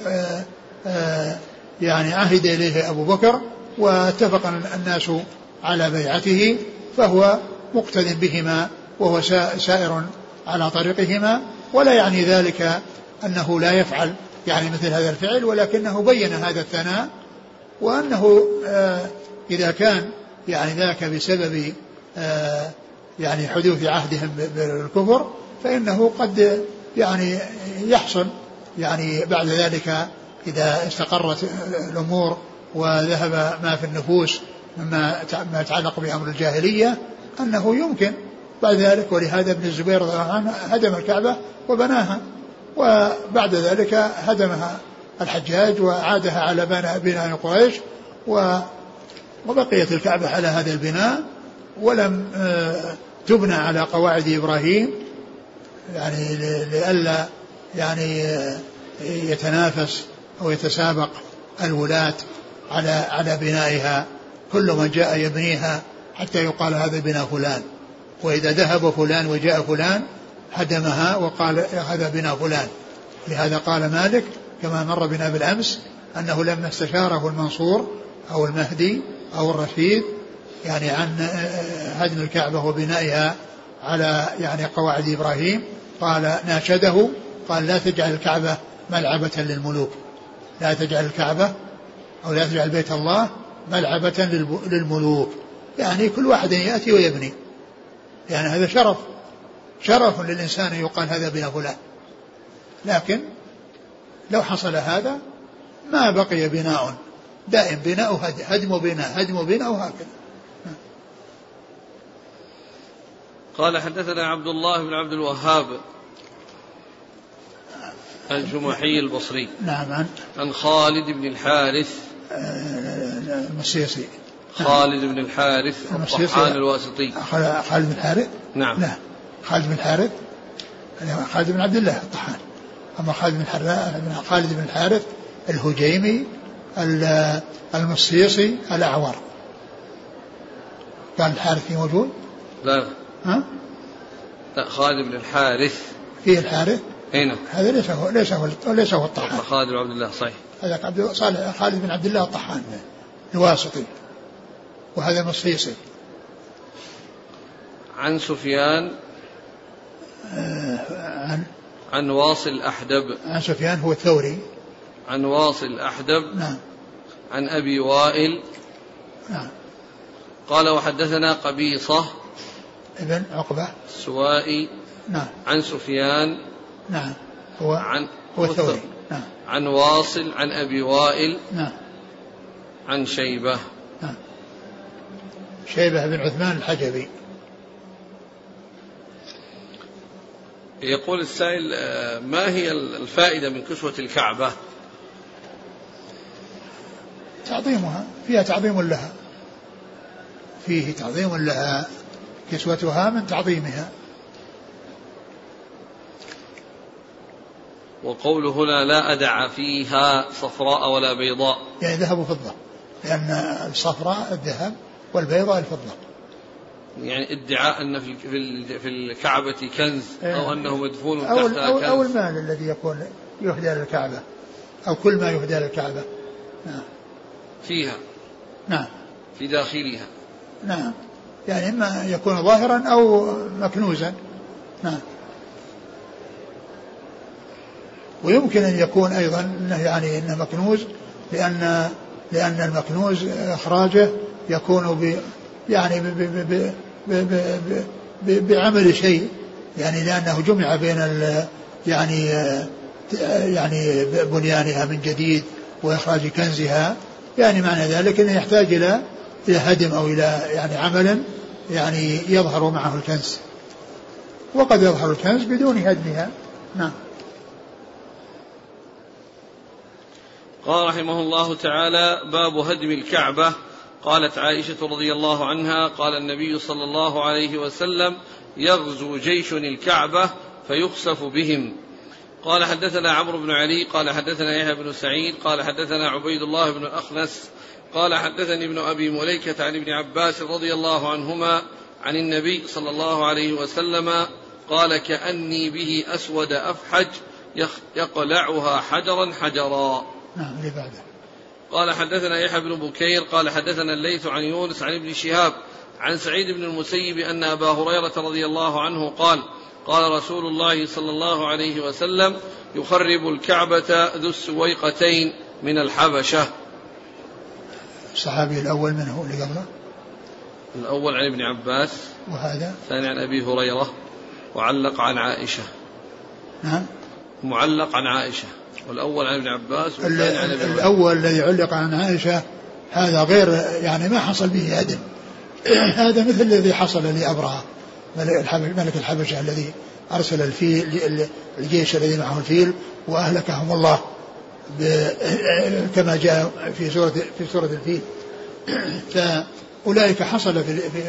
يعني عهد إليه أبو بكر واتفق الناس على بيعته، فهو مقتد بهما وهو سائر على طريقهما، ولا يعني ذلك أنه لا يفعل يعني مثل هذا الفعل، ولكنه بين هذا الثناء، وأنه إذا كان يعني ذاك بسبب يعني حدوث عهدهم بالكفر، فإنه قد يعني يحصل يعني بعد ذلك إذا استقرت الأمور وذهب ما في النفوس مما يتعلق بأمر الجاهلية أنه يمكن بعد ذلك. ولهذا ابن الزبير رضي الله عنه هدم الكعبة وبناها، وبعد ذلك هدمها الحجاج وعادها على بناء قريش، وبقيت الكعبة على هذا البناء ولم تبنى على قواعد إبراهيم، يعني لئلا يعني يتنافس أو يتسابق الولاة على بنائها، كل من جاء يبنيها حتى يقال هذا بناء فلان، وإذا ذهب فلان وجاء فلان هدمها وقال هذا بناء فلان. لهذا قال مالك كما مر بنا بالأمس أنه لما استشاره المنصور أو المهدي أو الرشيد يعني عن هدم الكعبة وبنائها على يعني قواعد إبراهيم، قال ناشده قال لا تجعل الكعبة ملعبة للملوك، لا تجعل الكعبة أو لا تجعل بيت الله ملعبة للملوك، يعني كل واحد يأتي ويبني، يعني هذا شرف للإنسان يقال هذا بنى فلان، لكن لو حصل هذا ما بقي بناء، دائم بناء هدم وبناء هدم وبناء وهكذا. قال حدثنا عبد الله بن عبد الوهاب الجمحي البصري. نعم. عن خالد بن الحارث المصيصي. خالد بن الحارث الطحان الواسطي. خالد بن الحارث. نعم. لا خالد بن الحارث خالد بن عبد الله الطحان. أما خالد بن الحارث الهجيمي المصيصي الأعور. كان الحارث موجود؟ لا. ها؟ لا خالد بن الحارث. فيه الحارث؟ هنا. هذا ليس هو الطحان. خالد بن عبد الله صحيح. هذا خالد بن عبد الله الطحان الواسطي، وهذا المصيصي. عن سفيان عن واصل الأحدب. عن سفيان هو الثوري. عن واصل الأحدب. نعم. عن أبي وائل. نعم. قال وحدثنا قبيصة ابن عقبة السوائي. نعم. عن سفيان. نعم. هو الثوري. نعم. عن واصل عن أبي وائل. نعم. عن شيبة. نعم. شيبة بن عثمان الحجبي. يقول السائل ما هي الفائدة من كسوة الكعبة؟ تعظيمها، فيها تعظيم لها، فيه تعظيم لها، كسوتها من تعظيمها. وقول هنا لا أدع فيها صفراء ولا بيضاء، يعني ذهب وفضة، لأن الصفراء الذهب والبيضاء الفضة. يعني ادعاء أن في الكعبة كنز أو أنه مدفون تحتها كنز، أو المال الذي يكون يهدى للكعبة، أو كل ما يهدى للكعبة. نعم. فيها. نعم. في داخلها. نعم. يعني إما يكون ظاهرا أو مكنوزا. نعم. ويمكن أن يكون أيضا إنه مكنوز، لأن المكنوز إخراجه يكون بعمل شيء، يعني لأنه جمع بين يعني بنيانها من جديد وإخراج كنزها، يعني معنى ذلك أنه يحتاج إلى هدم أو إلى يعني عمل يعني يظهر معه الكنز، وقد يظهر الكنز بدون هدمها. نعم. قال رحمه الله تعالى باب هدم الكعبة. قالت عائشة رضي الله عنها قال النبي صلى الله عليه وسلم يغزو جيش الكعبة فيخسف بهم. قال حدثنا عمرو بن علي قال حدثنا يحيى بن سعيد قال حدثنا عبيد الله بن الأخنس قال حدثني ابن أبي مليكة عن ابن عباس رضي الله عنهما عن النبي صلى الله عليه وسلم قال كأني به أسود أفحج يقلعها حجرا حجرا. نعم. اللي بعده. قال حدثنا يحيى بن بكير قال حدثنا الليث عن يونس عن ابن شهاب عن سعيد بن المسيب أن أبا هريرة رضي الله عنه قال قال رسول الله صلى الله عليه وسلم يخرب الكعبة ذو السويقتين من الحبشة. الصحابي الأول من هو اللي قبله؟ الأول عن ابن عباس، وهذا الثاني عن أبي هريرة، وعلق عن عائشة. نعم. معلق عن عائشة، والأول عن ابن عباس والثاني عن أبي هريرة. الأول الذي علق عن عائشة هذا غير يعني ما حصل به هدم هذا مثل الذي حصل لأبرهة ملك الحبشة الذي أرسل الفيل الجيش الذي معه الفيل وأهلكهم الله كما جاء في سورة الفيل. فأولئك حصل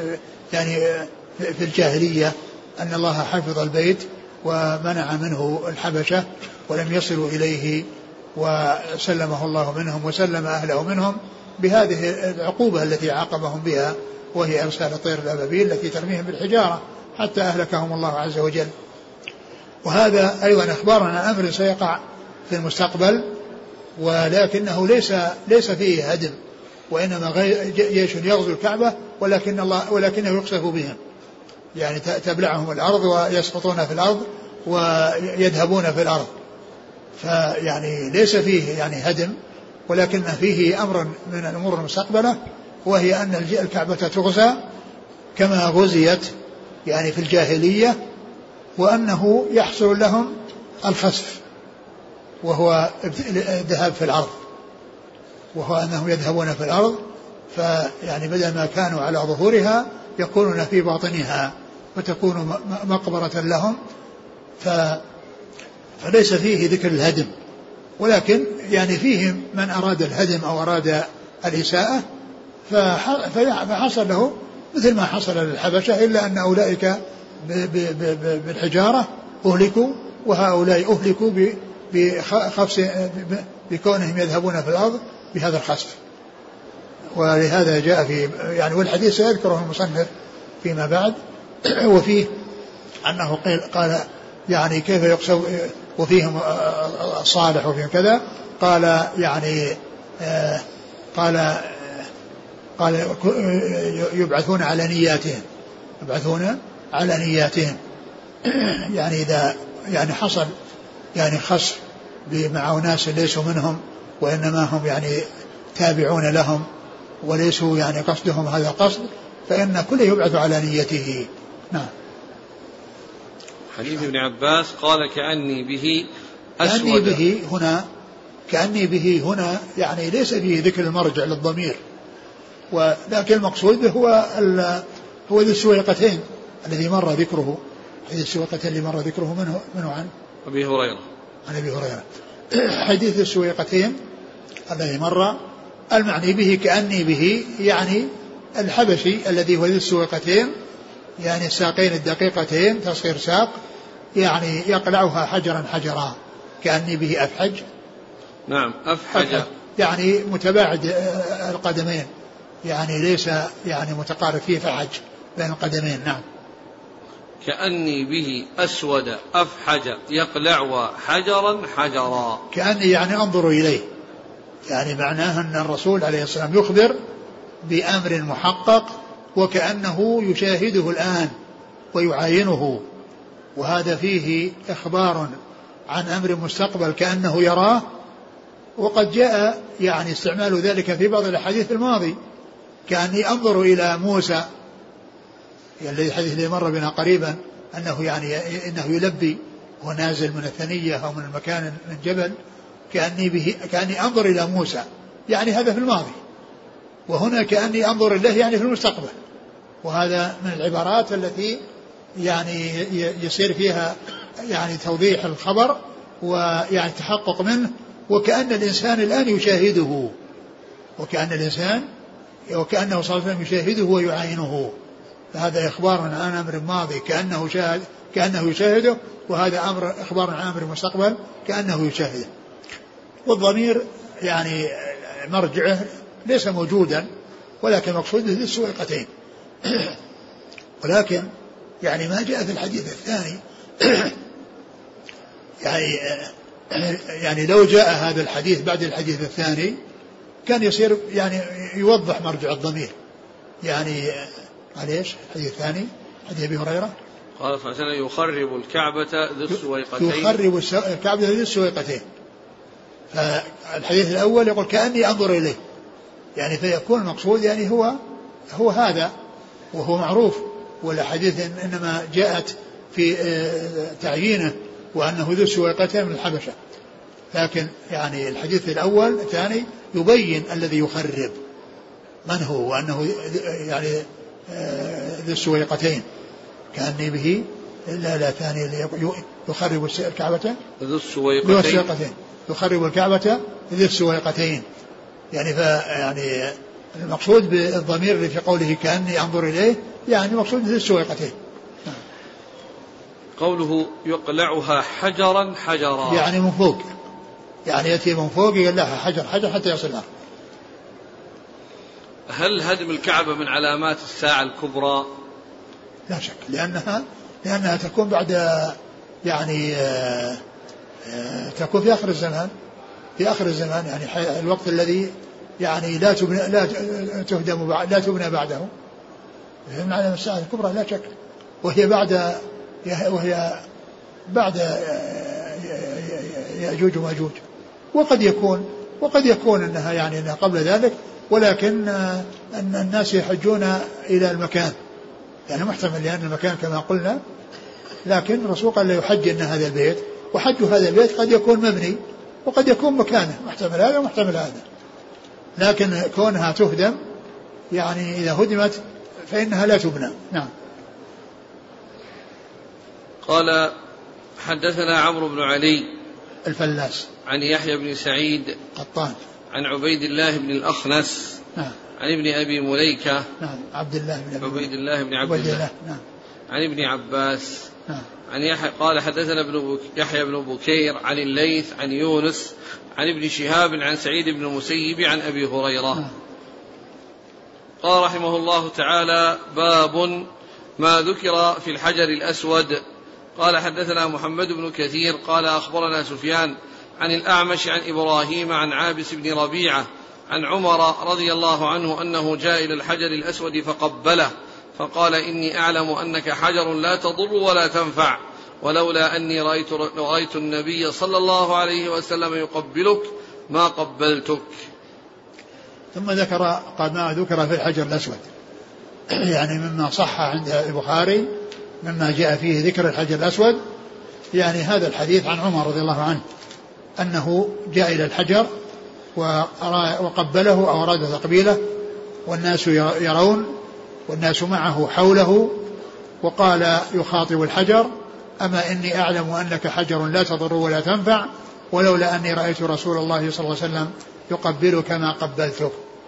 في الجاهلية أن الله حفظ البيت ومنع منه الحبشة ولم يصلوا إليه وسلمه الله منهم وسلم أهله منهم بهذه العقوبة التي عاقبهم بها، وهي إرسال الطير الأبابيل التي ترميهم بالحجارة حتى أهلكهم الله عز وجل. وهذا أيضا أخبارنا أمر سيقع في المستقبل، ولكنه ليس فيه هدم، وإنما جيش يغزو الكعبة ولكنه يقصف بهم. يعني تبلعهم الأرض ويسقطون في الأرض ويذهبون في الأرض. فيعني ليس فيه يعني هدم، ولكن فيه أمر من الأمور المستقبلة، وهي أن الكعبة تغزى كما غزيت يعني في الجاهلية، وأنه يحصل لهم الخسف وهو الذهاب في الأرض، وهو أنهم يذهبون في الأرض، فيعني بدل ما كانوا على ظهورها يكونون في باطنها وتكون مقبرة لهم. فليس فيه ذكر الهدم، ولكن يعني فيه من أراد الهدم أو أراد الإساءة فحصل له مثل ما حصل للحبشة، إلا أن أولئك بالحجارة أهلكوا، وهؤلاء أهلكوا بكونهم يذهبون في الأرض بهذا الخسف. ولهذا جاء في يعني والحديث سيذكره المصنف فيما بعد. وفيه أنه قال يعني كيف يقسو وفيهم صالح وفيهم كذا، قال يعني قال يبعثون على نياتهم يعني إذا يعني حصل يعني خسف مع أناس ليسوا منهم وإنما هم يعني تابعون لهم وليسوا يعني قصدهم هذا القصد، فإن كل يبعث على نيته. نعم. حديث ابن عباس قال كأني به أسود. كأني به هنا يعني ليس فيه ذكر المرجع للضمير، ولكن المقصود هو ذي السويقتين الذي مر ذكره، حديث السويقتين اللي مر ذكره منه عن أبي هريرة. عن أبي هريرة. حديث السويقتين الذي مر المعني به كأني به يعني الحبشي الذي هو ذي السويقتين، يعني الساقين الدقيقتين تصغير ساق، يعني يقلعها حجرا حجرا، كأني به أفحج. نعم أفحج يعني متباعد القدمين، يعني ليس يعني متقارب فيه فحج بين القدمين. نعم. كأني به أسود أفحج يقلع حجرا حجرا، كأني يعني أنظر إليه، يعني معناه أن الرسول عليه الصلاة والسلام يخبر بأمر محقق وكأنه يشاهده الآن ويعاينه، وهذا فيه إخبار عن أمر مستقبل كأنه يراه. وقد جاء يعني استعمال ذلك في بعض الحديث الماضي، كأني أنظر إلى موسى، يعني الحديث اللي مر بنا قريبا أنه يعني إنه يلبي ونازل من الثنية أو من المكان من جبل، كأني أنظر إلى موسى، يعني هذا في الماضي، وهنا كأني أنظر إليه يعني في المستقبل. وهذا من العبارات التي يعني يصير فيها يعني توضيح الخبر ويعني تحقق منه، وكأن الإنسان الآن يشاهده، وكأنه صلى الله عليه وسلم يشاهده ويعاينه. فهذا إخبار عن أمر ماضي كأنه يشاهده، وهذا إخبار عن أمر مستقبل كأنه يشاهده. والضمير يعني مرجعه ليس موجودا، ولكن مقصوده ذي السويقتين. ولكن يعني ما جاء في الحديث الثاني يعني لو جاء هذا الحديث بعد الحديث الثاني كان يصير يعني يوضح مرجع الضمير. يعني معليش الحديث الثاني حديث أبي هريرة قال فسنة يخرب الكعبة ذي السويقتين، يخرب الكعبة ذي السويقتين. فالحديث الأول يقول كأني أنظر إليه، يعني فيكون المقصود يعني هو هذا، وهو معروف، والحديث إنما جاءت في تعيينه وأنه ذو السويقتين من الحبشة. لكن يعني الحديث الأول الثاني يبين الذي يخرب من هو، وأنه يعني ذو السويقتين كأني به لا ثاني اللي يخرب الكعبة ذو السويقتين، يخرب الكعبة ذو السويقتين. يعني يعني المقصود بالضمير اللي في قوله كأني أنظر إليه يعني مقصود ذو السويقتين. قوله يقلعها حجرا حجرا يعني من فوق، يعني يأتي من فوق يقلعها حجر حجر حتى يصلها. هل هدم الكعبة من علامات الساعة الكبرى؟ لا شك، لأنها تكون بعد يعني تكون في آخر الزمان، يعني الوقت الذي يعني لا تبنى بعده، من علامات الساعة الكبرى لا شك. وهي بعد يأجوج ومأجوج. وقد يكون أنها يعني أنها قبل ذلك، ولكن أن الناس يحجون إلى المكان، يعني محتمل لأن المكان كما قلنا، لكن الرسول قال لا يحج إن هذا البيت، وحج هذا البيت قد يكون مبني وقد يكون مكانه، محتمل هذا ومحتمل هذا، لكن كونها تهدم يعني إذا هدمت فإنها لا تبنى. نعم. قال حدثنا عمرو بن علي الفلاس عن يحيى بن سعيد قطان عن عبيد الله بن الأخنس نعم. عن ابن أبي مليكة نعم. عبيد الله بن عبد الله نعم. عن ابن عباس نعم. عن يحيى قال حدثنا يحيى بن بكير عن الليث عن يونس عن ابن شهاب عن سعيد بن المسيب عن أبي هريرة. نعم. قال رحمه الله تعالى: باب ما ذكر في الحجر الأسود. قال حدثنا محمد بن كثير قال أخبرنا سفيان عن الأعمش عن إبراهيم عن عابس بن ربيعة عن عمر رضي الله عنه أنه جاء إلى الحجر الأسود فقبله فقال: إني أعلم أنك حجر لا تضر ولا تنفع، ولولا أني رأيت النبي صلى الله عليه وسلم يقبلك ما قبلتك. ثم ذكر قال ما ذكر في الحجر الأسود، يعني مما صح عند البخاري مما جاء فيه ذكر الحجر الأسود، يعني هذا الحديث عن عمر رضي الله عنه أنه جاء إلى الحجر وقبله أو أراد تقبيله والناس يرون والناس معه حوله، وقال يخاطب الحجر: أما إني أعلم أنك حجر لا تضر ولا تنفع، ولولا أني رأيت رسول الله صلى الله عليه وسلم يقبلك ما قبلتك.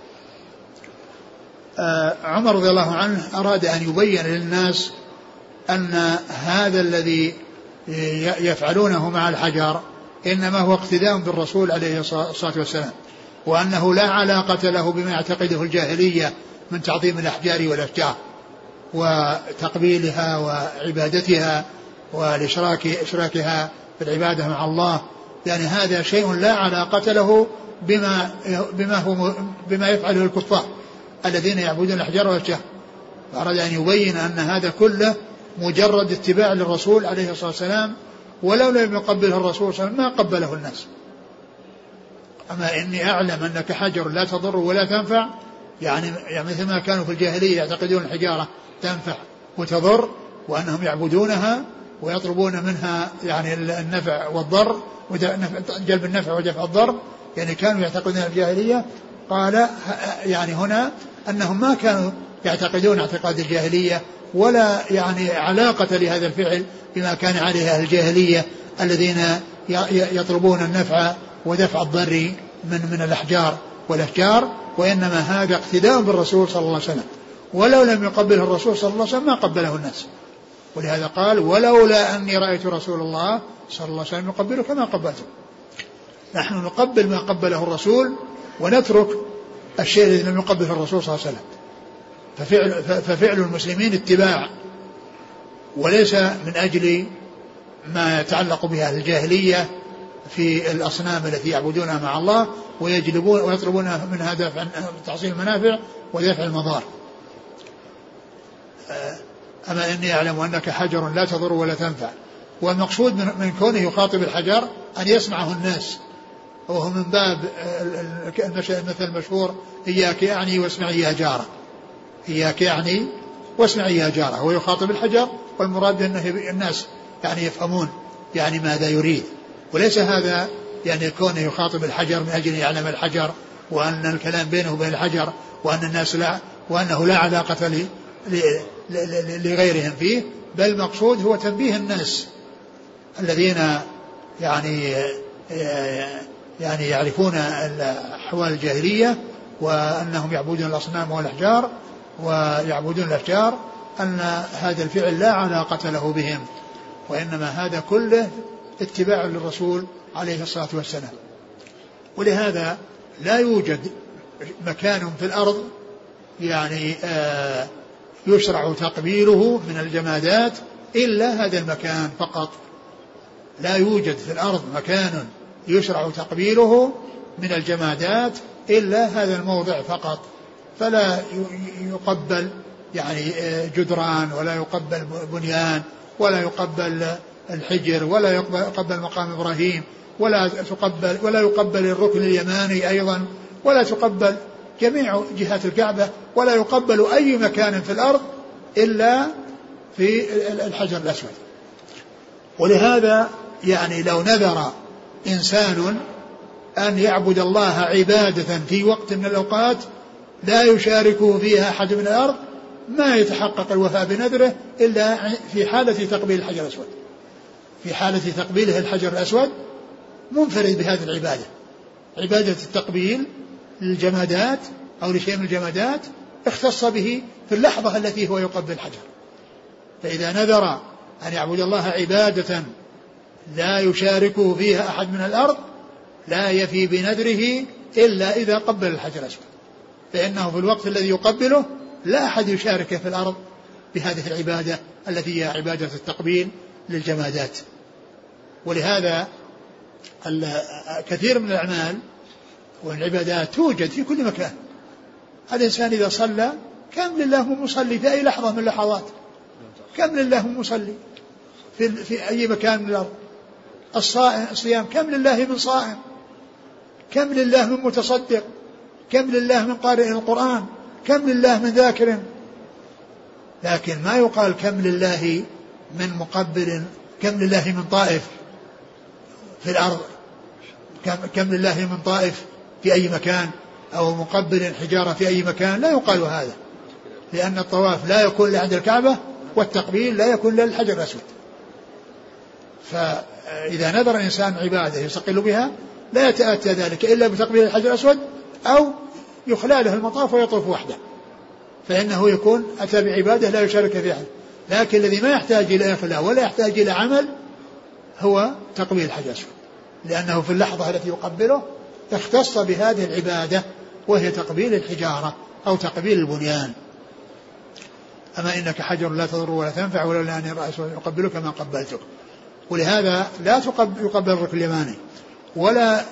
عمر رضي الله عنه أراد أن يبين للناس أن هذا الذي يفعلونه مع الحجر إنما هو اقتداء بالرسول عليه الصلاة والسلام، وأنه لا علاقة له بما يعتقده الجاهلية من تعظيم الأحجار والأشجار وتقبيلها وعبادتها والإشراكها في العبادة مع الله، يعني هذا شيء لا علاقة له بما يفعله الكفار الذين يعبدون الأحجار والأشجار. فأراد أن يبين أن هذا كله مجرد اتباع للرسول عليه الصلاة والسلام، ولو لم يقبله الرسول صلى الله عليه وسلم ما قبله الناس. أما إني أعلم أنك حجر لا تضر ولا تنفع، يعني مثل ما كانوا في الجاهلية يعتقدون الحجارة تنفع وتضر، وأنهم يعبدونها ويطلبون منها يعني النفع والضر، جلب النفع ودفع الضر، يعني كانوا يعتقدون الجاهلية. قال يعني هنا أنهم ما كانوا يعتقدون اعتقاد الجاهلية، ولا يعني علاقة لهذا الفعل بما كان عليه أهل الجاهلية الذين يطلبون النفع ودفع الضر من الأحجار والأشجار، وإنما هذا اقتداء بالرسول صلى الله عليه وسلم، ولو لم يقبله الرسول صلى الله عليه وسلم ما قبله الناس. ولهذا قال: ولولا أني رأيت رسول الله صلى الله عليه وسلم يقبله كما قبلته. نحن نقبل ما قبله الرسول ونترك الشيء الذي لم يقبله الرسول صلى الله عليه وسلم. ففعل المسلمين اتباع، وليس من أجل ما يتعلق بها الجاهلية في الأصنام التي يعبدونها مع الله ويطلبون منها دفع تحصيل المنافع ودفع المضار. أما إني أعلم أنك حجر لا تضر ولا تنفع. والمقصود من كونه يخاطب الحجر أن يسمعه الناس، وهو من باب المثل المشهور: إياك يعني واسمعي يا جارة، إياك يعني واسمعي يا جارة. هو يخاطب الحجر، والمراد أنه الناس يعني يفهمون يعني ماذا يريد، وليس هذا يعني كونه يخاطب الحجر من أجل يعلم الحجر وأن الكلام بينه وبين الحجر وأن الناس وأنه لا علاقة لغيرهم فيه، بل المقصود هو تنبيه الناس الذين يعني يعرفون أحوال الجاهلية وأنهم يعبدون الأصنام والأحجار ويعبدون الأشجار، أن هذا الفعل لا علاقة له بهم، وإنما هذا كله اتباع للرسول عليه الصلاة والسلام. ولهذا لا يوجد مكان في الأرض يعني يشرع تقبيله من الجمادات إلا هذا المكان فقط. لا يوجد في الأرض مكان يشرع تقبيله من الجمادات إلا هذا الموضع فقط، فلا يقبل يعني جدران، ولا يقبل بنيان، ولا يقبل الحجر، ولا يقبل مقام إبراهيم، ولا يقبل الركن اليماني أيضا، ولا تقبل جميع جهات الكعبة، ولا يقبل أي مكان في الأرض إلا في الحجر الأسود. ولهذا يعني لو نذر إنسان أن يعبد الله عبادة في وقت من الأوقات لا يشاركه فيها أحد من الأرض، ما يتحقق الوفاء بنذره إلا في حالة تقبيل الحجر الأسود. في حالة تقبيله الحجر الأسود منفرد بهذه العبادة، عبادة التقبيل للجمادات أو لشيء من الجمادات اختص به في اللحظة التي هو يقبل الحجر. فإذا نذر أن يعبد الله عبادة لا يشاركه فيها أحد من الأرض لا يفي بنذره إلا إذا قبل الحجر الأسود، فإنه في الوقت الذي يقبله لا أحد يشاركه في الأرض بهذه العبادة التي هي عبادة التقبيل للجمادات. ولهذا كثير من الأعمال والعبادات توجد في كل مكان. الإنسان إذا صلى كم لله من مصلي في أي لحظة من اللحظات، كم لله من مصلي في أي مكان من الأرض. الصيام كم لله من صائم، كم لله من متصدق، كم لله من قارئ القرآن، كم لله من ذاكر. لكن ما يقال كم لله من مقبل، كم لله من طائف في الأرض، كم لله من طائف في أي مكان، أو مقبل حجارة في أي مكان. لا يقال هذا، لأن الطواف لا يكون إلا عند الكعبة، والتقبيل لا يكون إلا للحجر الأسود. فإذا نذر الإنسان عبادة يستقل بها لا يتأتى ذلك إلا بتقبيل الحجر الأسود أو يخلى له المطاف ويطوف وحده، فإنه يكون أتى بعبادة لا يشارك فيها. لكن الذي ما يحتاج إلى إخلاء ولا يحتاج إلى عمل هو تقبيل الحجر الأسود، لأنه في اللحظة التي يقبله اختص بهذه العبادة وهي تقبيل الحجارة أو تقبيل البنيان. أما إنك حجر لا تضر ولا تنفع ولولا أن الرأس يقبلك ما قبلتك. ولهذا لا يقبل الركن اليماني، ولا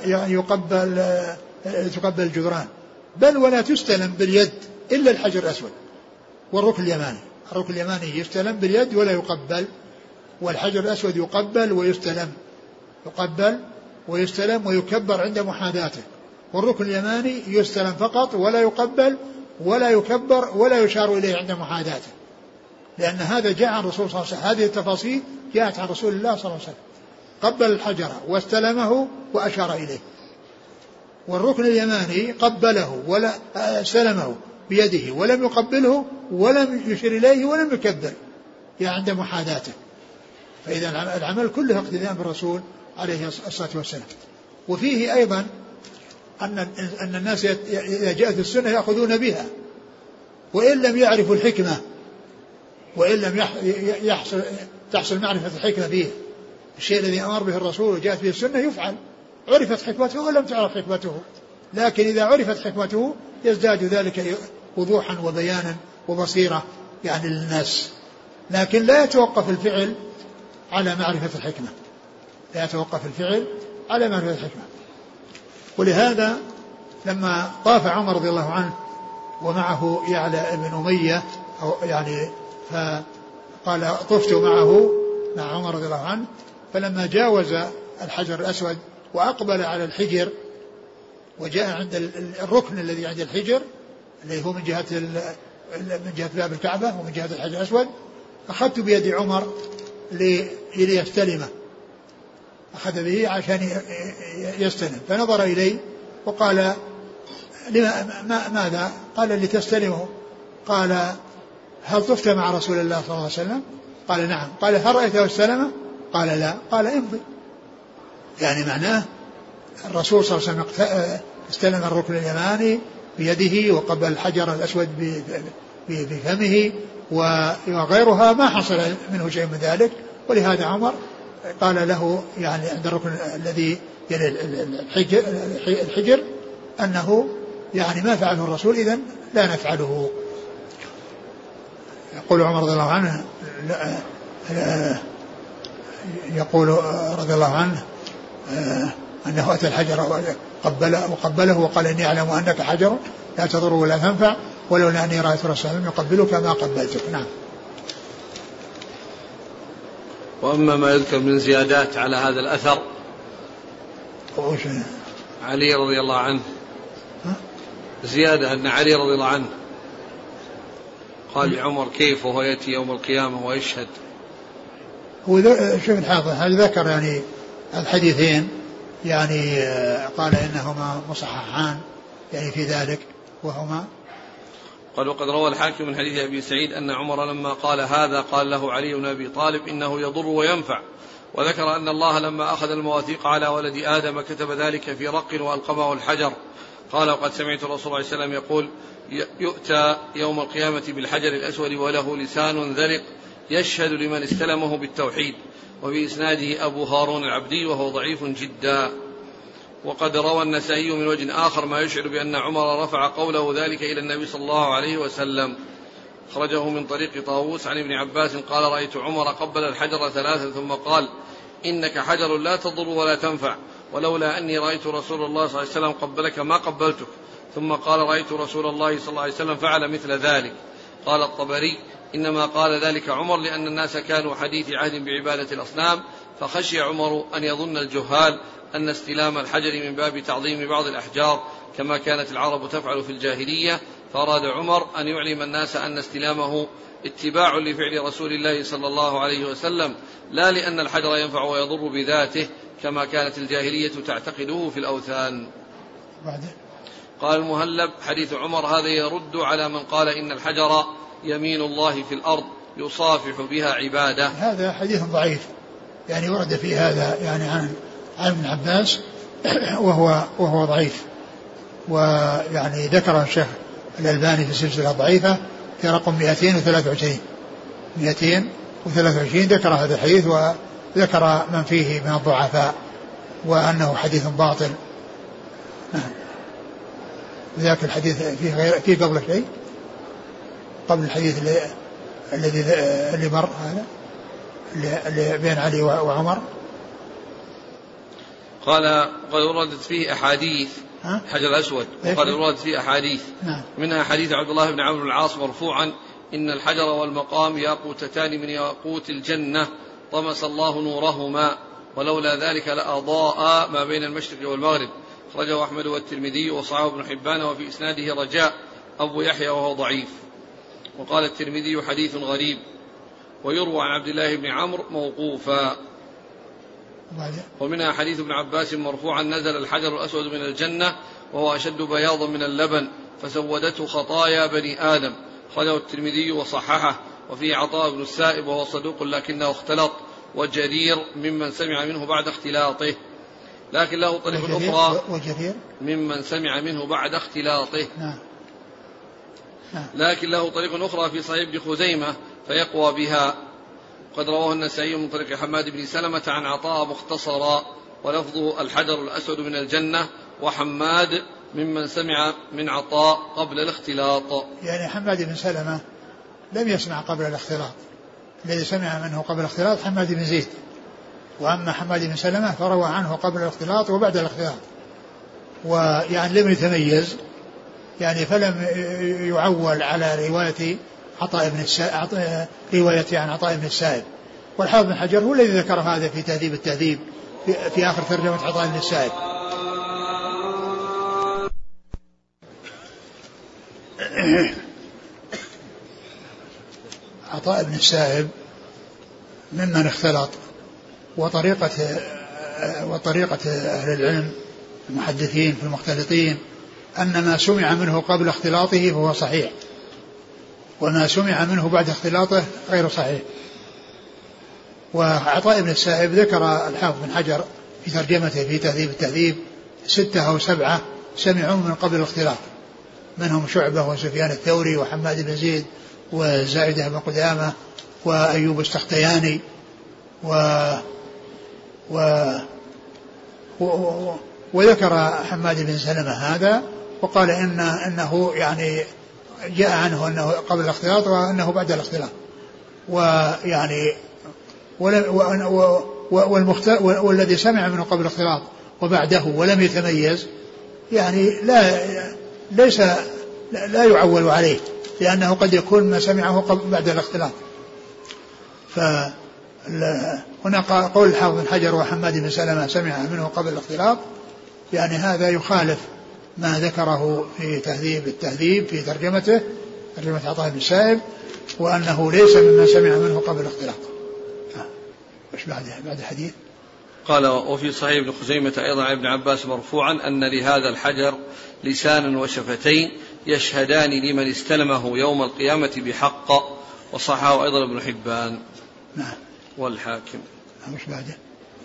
تقبل الجدران، بل ولا تستلم باليد إلا الحجر الأسود والركن اليماني. الركن اليماني يستلم باليد ولا يقبل، والحجر الأسود يقبل ويستلم ويكبر عند محاذاته، والركن اليماني يستلم فقط ولا يقبل ولا يكبر ولا يشار إليه عند محاذاته، لأن هذا جاء عن الرسول صلى الله عليه وسلم. هذه التفاصيل جاءت عن رسول الله صلى الله عليه وسلم، قبل الحجر واستلمه وأشار إليه. والركن اليماني قبله ولا استلمه بيده ولم يقبله ولم يشير إليه ولم يكبر يعني عند محاذاته. فإذا العمل كله اقتداء بالرسول عليه الصلاة والسلام. وفيه أيضا أن الناس إذا جاءت السنة يأخذون بها وإن لم يعرفوا الحكمة، وإن لم تحصل معرفة الحكمة فيه. الشيء الذي أمر به الرسول وجاءت به السنة يفعل، عرفت حكمته ولم تعرف حكمته، لكن إذا عرفت حكمته يزداد ذلك وضوحا وبيانا وبصيرة يعني للناس. لكن لا يتوقف الفعل على معرفة الحكمة، لا يتوقف الفعل على معرفة الحكمة. ولهذا لما طاف عمر رضي الله عنه ومعه يعلى بن أمية يعني فقال طفت معه مع عمر رضي الله عنه، فلما جاوز الحجر الأسود وأقبل على الحجر وجاء عند الركن الذي عند الحجر اللي هو من جهة باب الكعبة ومن جهة الحجر الأسود، أخذت بيد عمر ليستلمه، أخذ به عشان يستلم، فنظر إلي وقال ماذا؟ قال لتستلمه. قال هل طفت مع رسول الله صلى الله عليه وسلم؟ قال نعم. قال هل رأيته استلمه؟ قال لا. قال امضي. يعني معناه الرسول صلى الله عليه وسلم استلم الركن اليماني بيده وقبل الحجر الأسود بفمه وغيرها ما حصل منه شيء من ذلك. ولهذا عمر قال له يعني عند الركن الذي يلي الحجر أنه يعني ما فعله الرسول إذن لا نفعله. يقول عمر رضي الله عنه يقول رضي الله عنه أنه أتى الحجر وقبله وقال إني أعلم أنك حجر لا تضر ولا تنفع ولولا أني رأيت رسول الله يقبلك ما قبلتك. نعم. وأما ما يذكر من زيادات على هذا الأثر علي رضي الله عنه زيادة أن علي رضي الله عنه قال لعمر كيف وهو يأتي يوم القيامة ويشهد. هو شوف الحافظ هل ذكر يعني الحديثين يعني قال إنهما مصححان يعني في ذلك وهما قال وقد روى الحاكم من حديث أبي سعيد أن عمر لما قال هذا قال له علي بن أبي طالب إنه يضر وينفع، وذكر أن الله لما أخذ المواثيق على ولد آدم كتب ذلك في رق وألقمه الحجر. قال وقد سمعت الرسول صلى الله عليه وسلم يقول يؤتى يوم القيامة بالحجر الأسود وله لسان ذلق يشهد لمن استلمه بالتوحيد. وفي إسناده أبو هارون العبدي وهو ضعيف جدا. وقد روى النسائي من وجه آخر ما يشعر بأن عمر رفع قوله ذلك إلى النبي صلى الله عليه وسلم. خرجه من طريق طاووس عن ابن عباس قال رأيت عمر قبل الحجر 3 ثم قال إنك حجر لا تضر ولا تنفع، ولولا أني رأيت رسول الله صلى الله عليه وسلم قبلك ما قبلتك. ثم قال رأيت رسول الله صلى الله عليه وسلم فعل مثل ذلك. قال الطبري إنما قال ذلك عمر لأن الناس كانوا حديث عهد بعبادة الأصنام، فخشي عمر أن يظن الجهال أن استلام الحجر من باب تعظيم بعض الأحجار كما كانت العرب تفعل في الجاهلية، فأراد عمر أن يعلم الناس أن استلامه اتباع لفعل رسول الله صلى الله عليه وسلم، لا لأن الحجر ينفع ويضر بذاته كما كانت الجاهلية تعتقده في الأوثان. قال المهلب حديث عمر هذا يرد على من قال إن الحجر يمين الله في الأرض يصافح بها عباده. هذا حديث ضعيف يعني ورد في هذا يعني عن ابن عباس وهو ضعيف، ويعني ذكر الشيخ الألباني في السلسلة الضعيفة في رقم 223 ذكر هذا الحديث وذكر من فيه من الضعفاء وأنه حديث باطل. ذاك الحديث فيه قبل شيء قبل الحديث اللي مر هذا اللي بين علي وعمر. قال قد وردت فيه أحاديث حجر الأسود وقد وردت فيه أحاديث منها حديث عبد الله بن عمرو بن العاص مرفوعا إن الحجر والمقام ياقوتتان من ياقوت الجنة طمس الله نورهما ولولا ذلك لأضاء ما بين المشرق والمغرب. خرجه أحمد والترمذي وصححه ابن حبان وفي إسناده رجاء أبو يحيى وهو ضعيف. وقال الترمذي حديث غريب. ويروى عن عبد الله بن عمرو موقوفا. ومنها حديث ابن عباس مرفوعا نزل الحجر الأسود من الجنة وهو أشد بياضا من اللبن فسودته خطايا بني آدم. خرجه الترمذي وصححه. وفيه عطاء بن السائب وهو صدوق لكنه اختلط وجرير ممن سمع منه بعد اختلاطه لكن له طريق أخرى ممن سمع منه بعد اختلاطه لكن له طريق أخرى في صحيح ابن خزيمة فيقوى بها. قد رواه النسائي من طريق حماد بن سلمة عن عطاء مختصرا ولفظه الحجر الأسود من الجنة وحماد ممن سمع من عطاء قبل الاختلاط. يعني حماد بن سلمة لم يسمع قبل الاختلاط، الذي سمع منه قبل الاختلاط حماد بن زيد، وأما حماد بن سلمة فروى عنه قبل الاختلاط وبعد الاختلاط ويعني لم يتميز يعني فلم يعول على رواية رواية عن عطاء بن السائب. والحافظ بن حجر هو الذي ذكر هذا في تهذيب التهذيب في آخر ترجمة عطاء بن السائب. عطاء بن السائب ممن اختلط، وطريقة أهل العلم المحدثين في المختلطين أن ما سمع منه قبل اختلاطه فهو صحيح وما سمع منه بعد اختلاطه غير صحيح. وعطاء بن السائب ذكر الحافظ بن حجر في ترجمته في تهذيب التهذيب 6 أو 7 سمعوا من قبل الاختلاط، منهم شعبة وسفيان الثوري وحماد بن زيد وزائدة بن قدامة وأيوب السختياني وذكر حماد بن سلمة هذا وقال إنه يعني جاء عنه أنه قبل الاختلاط وأنه بعد الاختلاط، ويعني والذي سمع منه قبل الاختلاط وبعده ولم يتميز يعني لا يعول عليه، لأنه قد يكون ما سمعه بعد الاختلاط. هنا قول الحافظ بن حجر وحماد بن سلمة سمع منه قبل الاختلاط، يعني هذا يخالف ما ذكره في تهذيب التهذيب في ترجمة عطاء بن السائب، وأنه ليس مما سمع منه قبل الاختلاط. وش بعد الحديث؟ قال وفي صحيح ابن خزيمة أيضا عن ابن عباس مرفوعا أن لهذا الحجر لسانا وشفتين يشهدان لمن استلمه يوم القيامة بحق، وصححه أيضا ابن حبان. نعم. والحاكم. وش بعده؟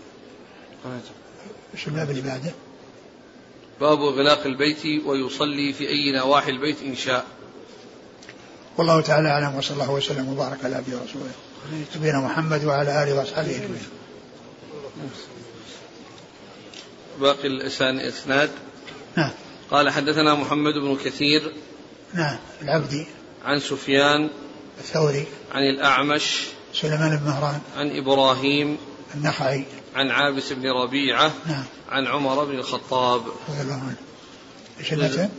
وش الباب اللي بعده؟ باب إغلاق البيت ويصلي في أي نواحي البيت إن شاء. والله تعالى أعلم، وصلى الله وسلم وبارك على عبده ورسوله نبينا محمد وعلى آله وأصحابه أجمعين. باقي الإسناد. نعم. قال حدثنا محمد بن كثير. نعم. العبدي. عن سفيان الثوري. عن الأعمش سليمان بن مهران. عن إبراهيم النخعي. عن عابس بن ربيعة. نعم. عن عمر بن الخطاب رضي الله عنه. ايش المتن؟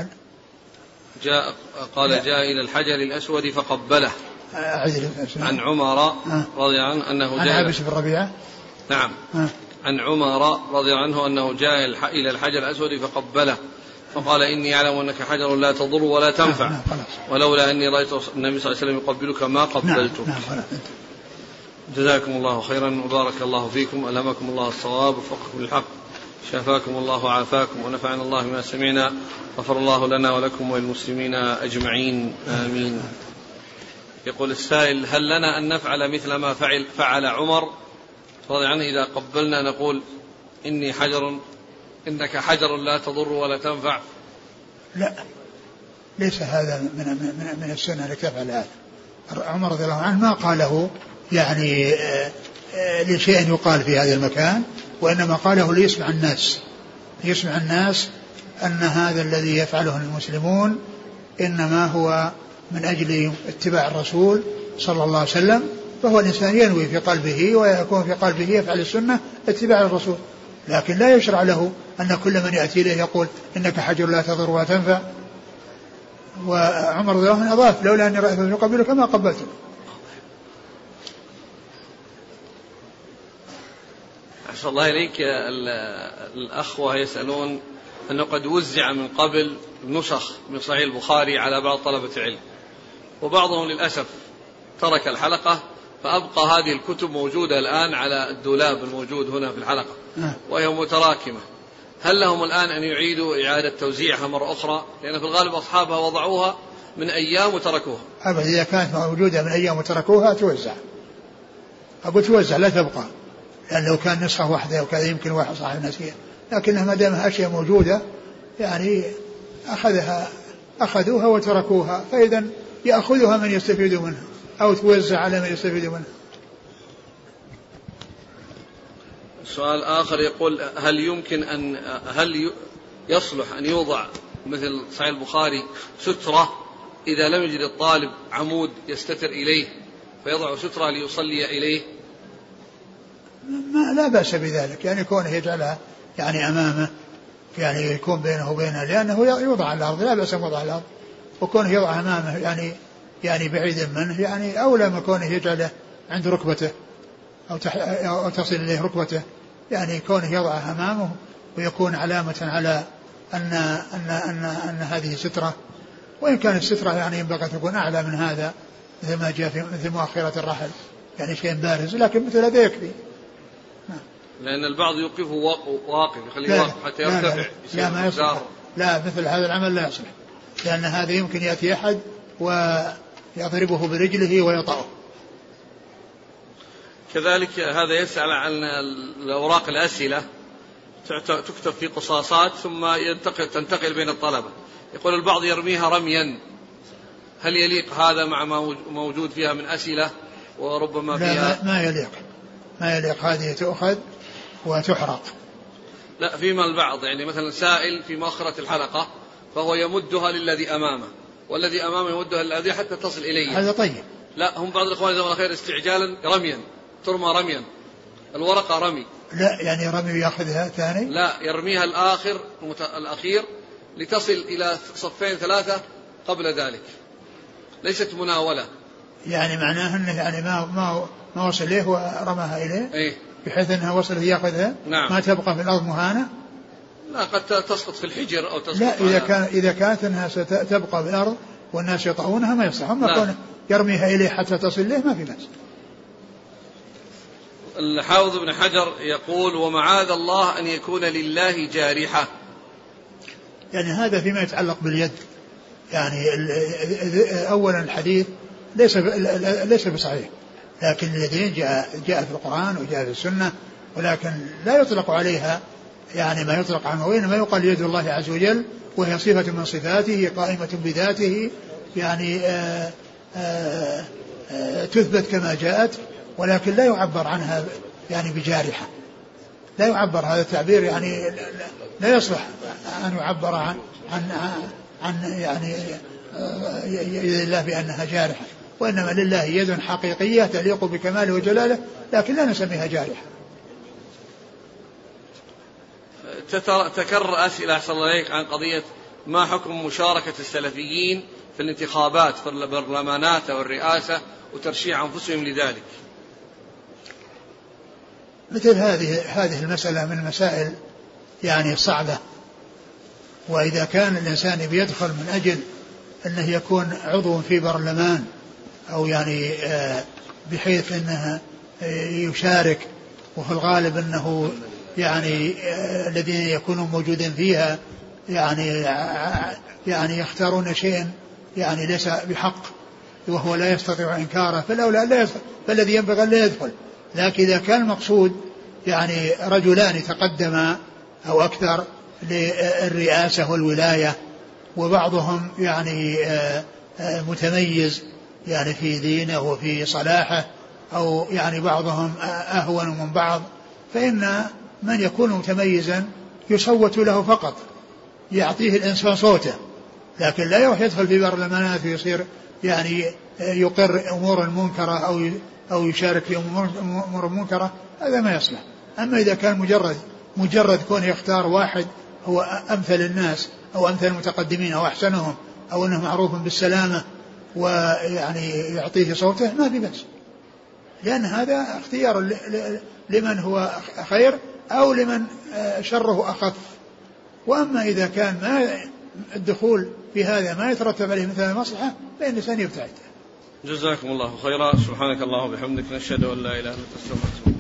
جاء إلى الحجر الأسود فقبله. عن عمر رضي عنه أنه عن عابس بن ربيعة. نعم. عن عمر رضي عنه أنه جاء إلى الحجر الأسود فقبله فقال إني أعلم أنك حجر لا تضر ولا تنفع، ولولا أني رأيت النبي صلى الله عليه وسلم يقبلك ما قبلتك. جزاكم الله خيرا وبارك الله فيكم، ألهمكم الله الصواب وفقكم للحق، شافاكم الله وعافاكم، ونفعنا الله بما سمعنا، غفر الله لنا ولكم وللمسلمين أجمعين، آمين. يقول السائل: هل لنا أن نفعل مثل ما فعل عمر رضي عنه إذا قبلنا نقول إنك حجر لا تضر ولا تنفع؟ لا، ليس هذا من السنة أنك تفعل هذا. عمر رضي الله عنه ما قاله يعني لشيء يقال في هذا المكان، وإنما قاله ليسمع الناس أن هذا الذي يفعله المسلمون إنما هو من أجل اتباع الرسول صلى الله عليه وسلم، فهو الإنسان ينوي في قلبه ويكون في قلبه يفعل السنة اتباع الرسول، لكن لا يشرع له أن كل من يأتي إليه يقول إنك حجر لا تضر ولا تنفع. وعمر رضي الله عنه أضاف: لولا أني رأيت من قبلك ما قبلتك. أحسن الله إليك. الأخوة يسألون أنه قد وزع من قبل نسخ من صحيح البخاري على بعض طلبة العلم، وبعضهم للأسف ترك الحلقة فأبقى هذه الكتب موجودة الآن على الدولاب الموجود هنا في الحلقة وهي متراكمة. هل لهم الآن أن يعيدوا إعادة توزيعها مرة أخرى؟ لأن في الغالب أصحابها وضعوها من أيام وتركوها. أبدا، إذا كانت موجودة من أيام وتركوها توزع. أقول توزع لا تبقى، لأن لو كان نسخة واحدة وكذا يمكن واحد صاحب نسيها، لكنها ما دامها أشياء موجودة يعني أخذوها وتركوها، فإذا يأخذها من يستفيد منها أو توزع على من يستفيد منها. سؤال آخر يقول: هل يصلح أن يوضع مثل صحيح البخاري سترة إذا لم يجد الطالب عمود يستتر إليه فيضع سترة ليصلي إليه؟ لا بأس بذلك، يعني كونه يجعلها يعني أمامه، يعني يكون بينه وبينها، لأنه يوضع على الأرض، لا بأس يوضع على الأرض، وكونه يضع أمامه يعني بعيد منه يعني أولى ما كونه يجعله عند ركبته أو تصل إليه ركبته، يعني كونه يضعها أمامه ويكون علامة على أن هذه سترة. وإن كانت السترة يعني ينبغي تكون أعلى من هذا، مثل ما جاء في مثل مؤخرة الرحل، يعني شيء بارز، لكن مثل هذا يكفي. لأن البعض يوقفه واقف يخليه واقف حتى يرتفع. لا ما يصلح، لا مثل هذا العمل لا يصلح، لأن هذا يمكن يأتي أحد ويضربه برجله ويطأه. كذلك هذا يسأل عن الأوراق الأسئلة تكتب في قصاصات ثم تنتقل بين الطلبة. يقول البعض يرميها رميا، هل يليق هذا مع ما موجود فيها من أسئلة وربما فيها؟ ما يليق، هذه تؤخذ وتحرق. لا، فيما البعض يعني مثلا سائل في مؤخرة الحلقة فهو يمدها للذي أمامه، والذي أمامه يمدها للذي حتى تصل إليه. هذا طيب. لا، هم بعض الإخوان جزاهم الله خير استعجالا رميا، ترمى رميا، الورقة رمي. لا يعني رمي يأخذها ثاني؟ لا، يرميها الأخير لتصل إلى صفين ثلاثة قبل ذلك، ليست مناولة. يعني معناه أنه يعني ما وصل إليه ورماها إليه إيه؟ بحيث أنها وصلت يأخذها. نعم. ما تبقى في الأرض مهانة. لا، قد تسقط في الحجر أو تسقط. لا، إذا كانت أنها ستبقى في الأرض والناس يطعونها ما يصح. أما كونه يرميها إليه حتى تصل إليه ما في بأس. الحافظ ابن حجر يقول: ومعاذ الله أن يكون لله جارحة. يعني هذا فيما يتعلق باليد. يعني أولا الحديث ليس بصحيح، لكن اليدين جاء في القرآن وجاء في السنة، ولكن لا يطلق عليها يعني ما يطلق عنه، وإنما يقال يد الله عز وجل، وهي صفة من صفاته قائمة بذاته، يعني تثبت كما جاءت، ولكن لا يعبر عنها يعني بجارحة. لا يعبر هذا التعبير، يعني لا يصلح أن يعبر عن يعني يد الله بأنها جارحة، وإنما لله يد حقيقية تليق بكماله وجلاله، لكن لا نسميها جارحة. تكرر أسئلة أحسن الله إليك عن قضية ما حكم مشاركة السلفيين في الانتخابات في البرلمانات والرئاسة وترشيح أنفسهم لذلك. مثل هذه المسألة من المسائل يعني صعبة، وإذا كان الإنسان بيدخل من أجل أنه يكون عضو في برلمان أو يعني بحيث أنه يشارك، وفي الغالب أنه يعني الذين يكونون موجودين فيها يعني يختارون شيئا يعني ليس بحق وهو لا يستطيع إنكاره، فالأولى لا يدخل، فالذي ينبغي لا يدخل. لكن إذا كان المقصود يعني رجلان تقدما أو أكثر للرئاسة والولاية، وبعضهم يعني متميز يعني في دينه وفي صلاحه، أو يعني بعضهم أهون من بعض، فإن من يكون متميزا يصوت له فقط، يعطيه الإنسان صوته، لكن لا يروح يدخل في برلمانات ويصير يعني يقر أمور منكرة أو يشارك في أمور منكرة، هذا ما يصلح. أما إذا كان مجرد كون يختار واحد هو أمثل الناس أو أمثل المتقدمين أو أحسنهم أو أنه معروف بالسلامة ويعني يعطيه صوته، ما في بأس، لأن هذا اختيار لمن هو خير أو لمن شره أخف. وأما إذا كان ما الدخول في هذا ما يترتب عليه مثل المصلحة، فإن الإنسان يبتعد. جزاكم الله خيرا. سبحانك اللهم وبحمدك، نشهد أن لا إله إلا أنت، نستغفرك.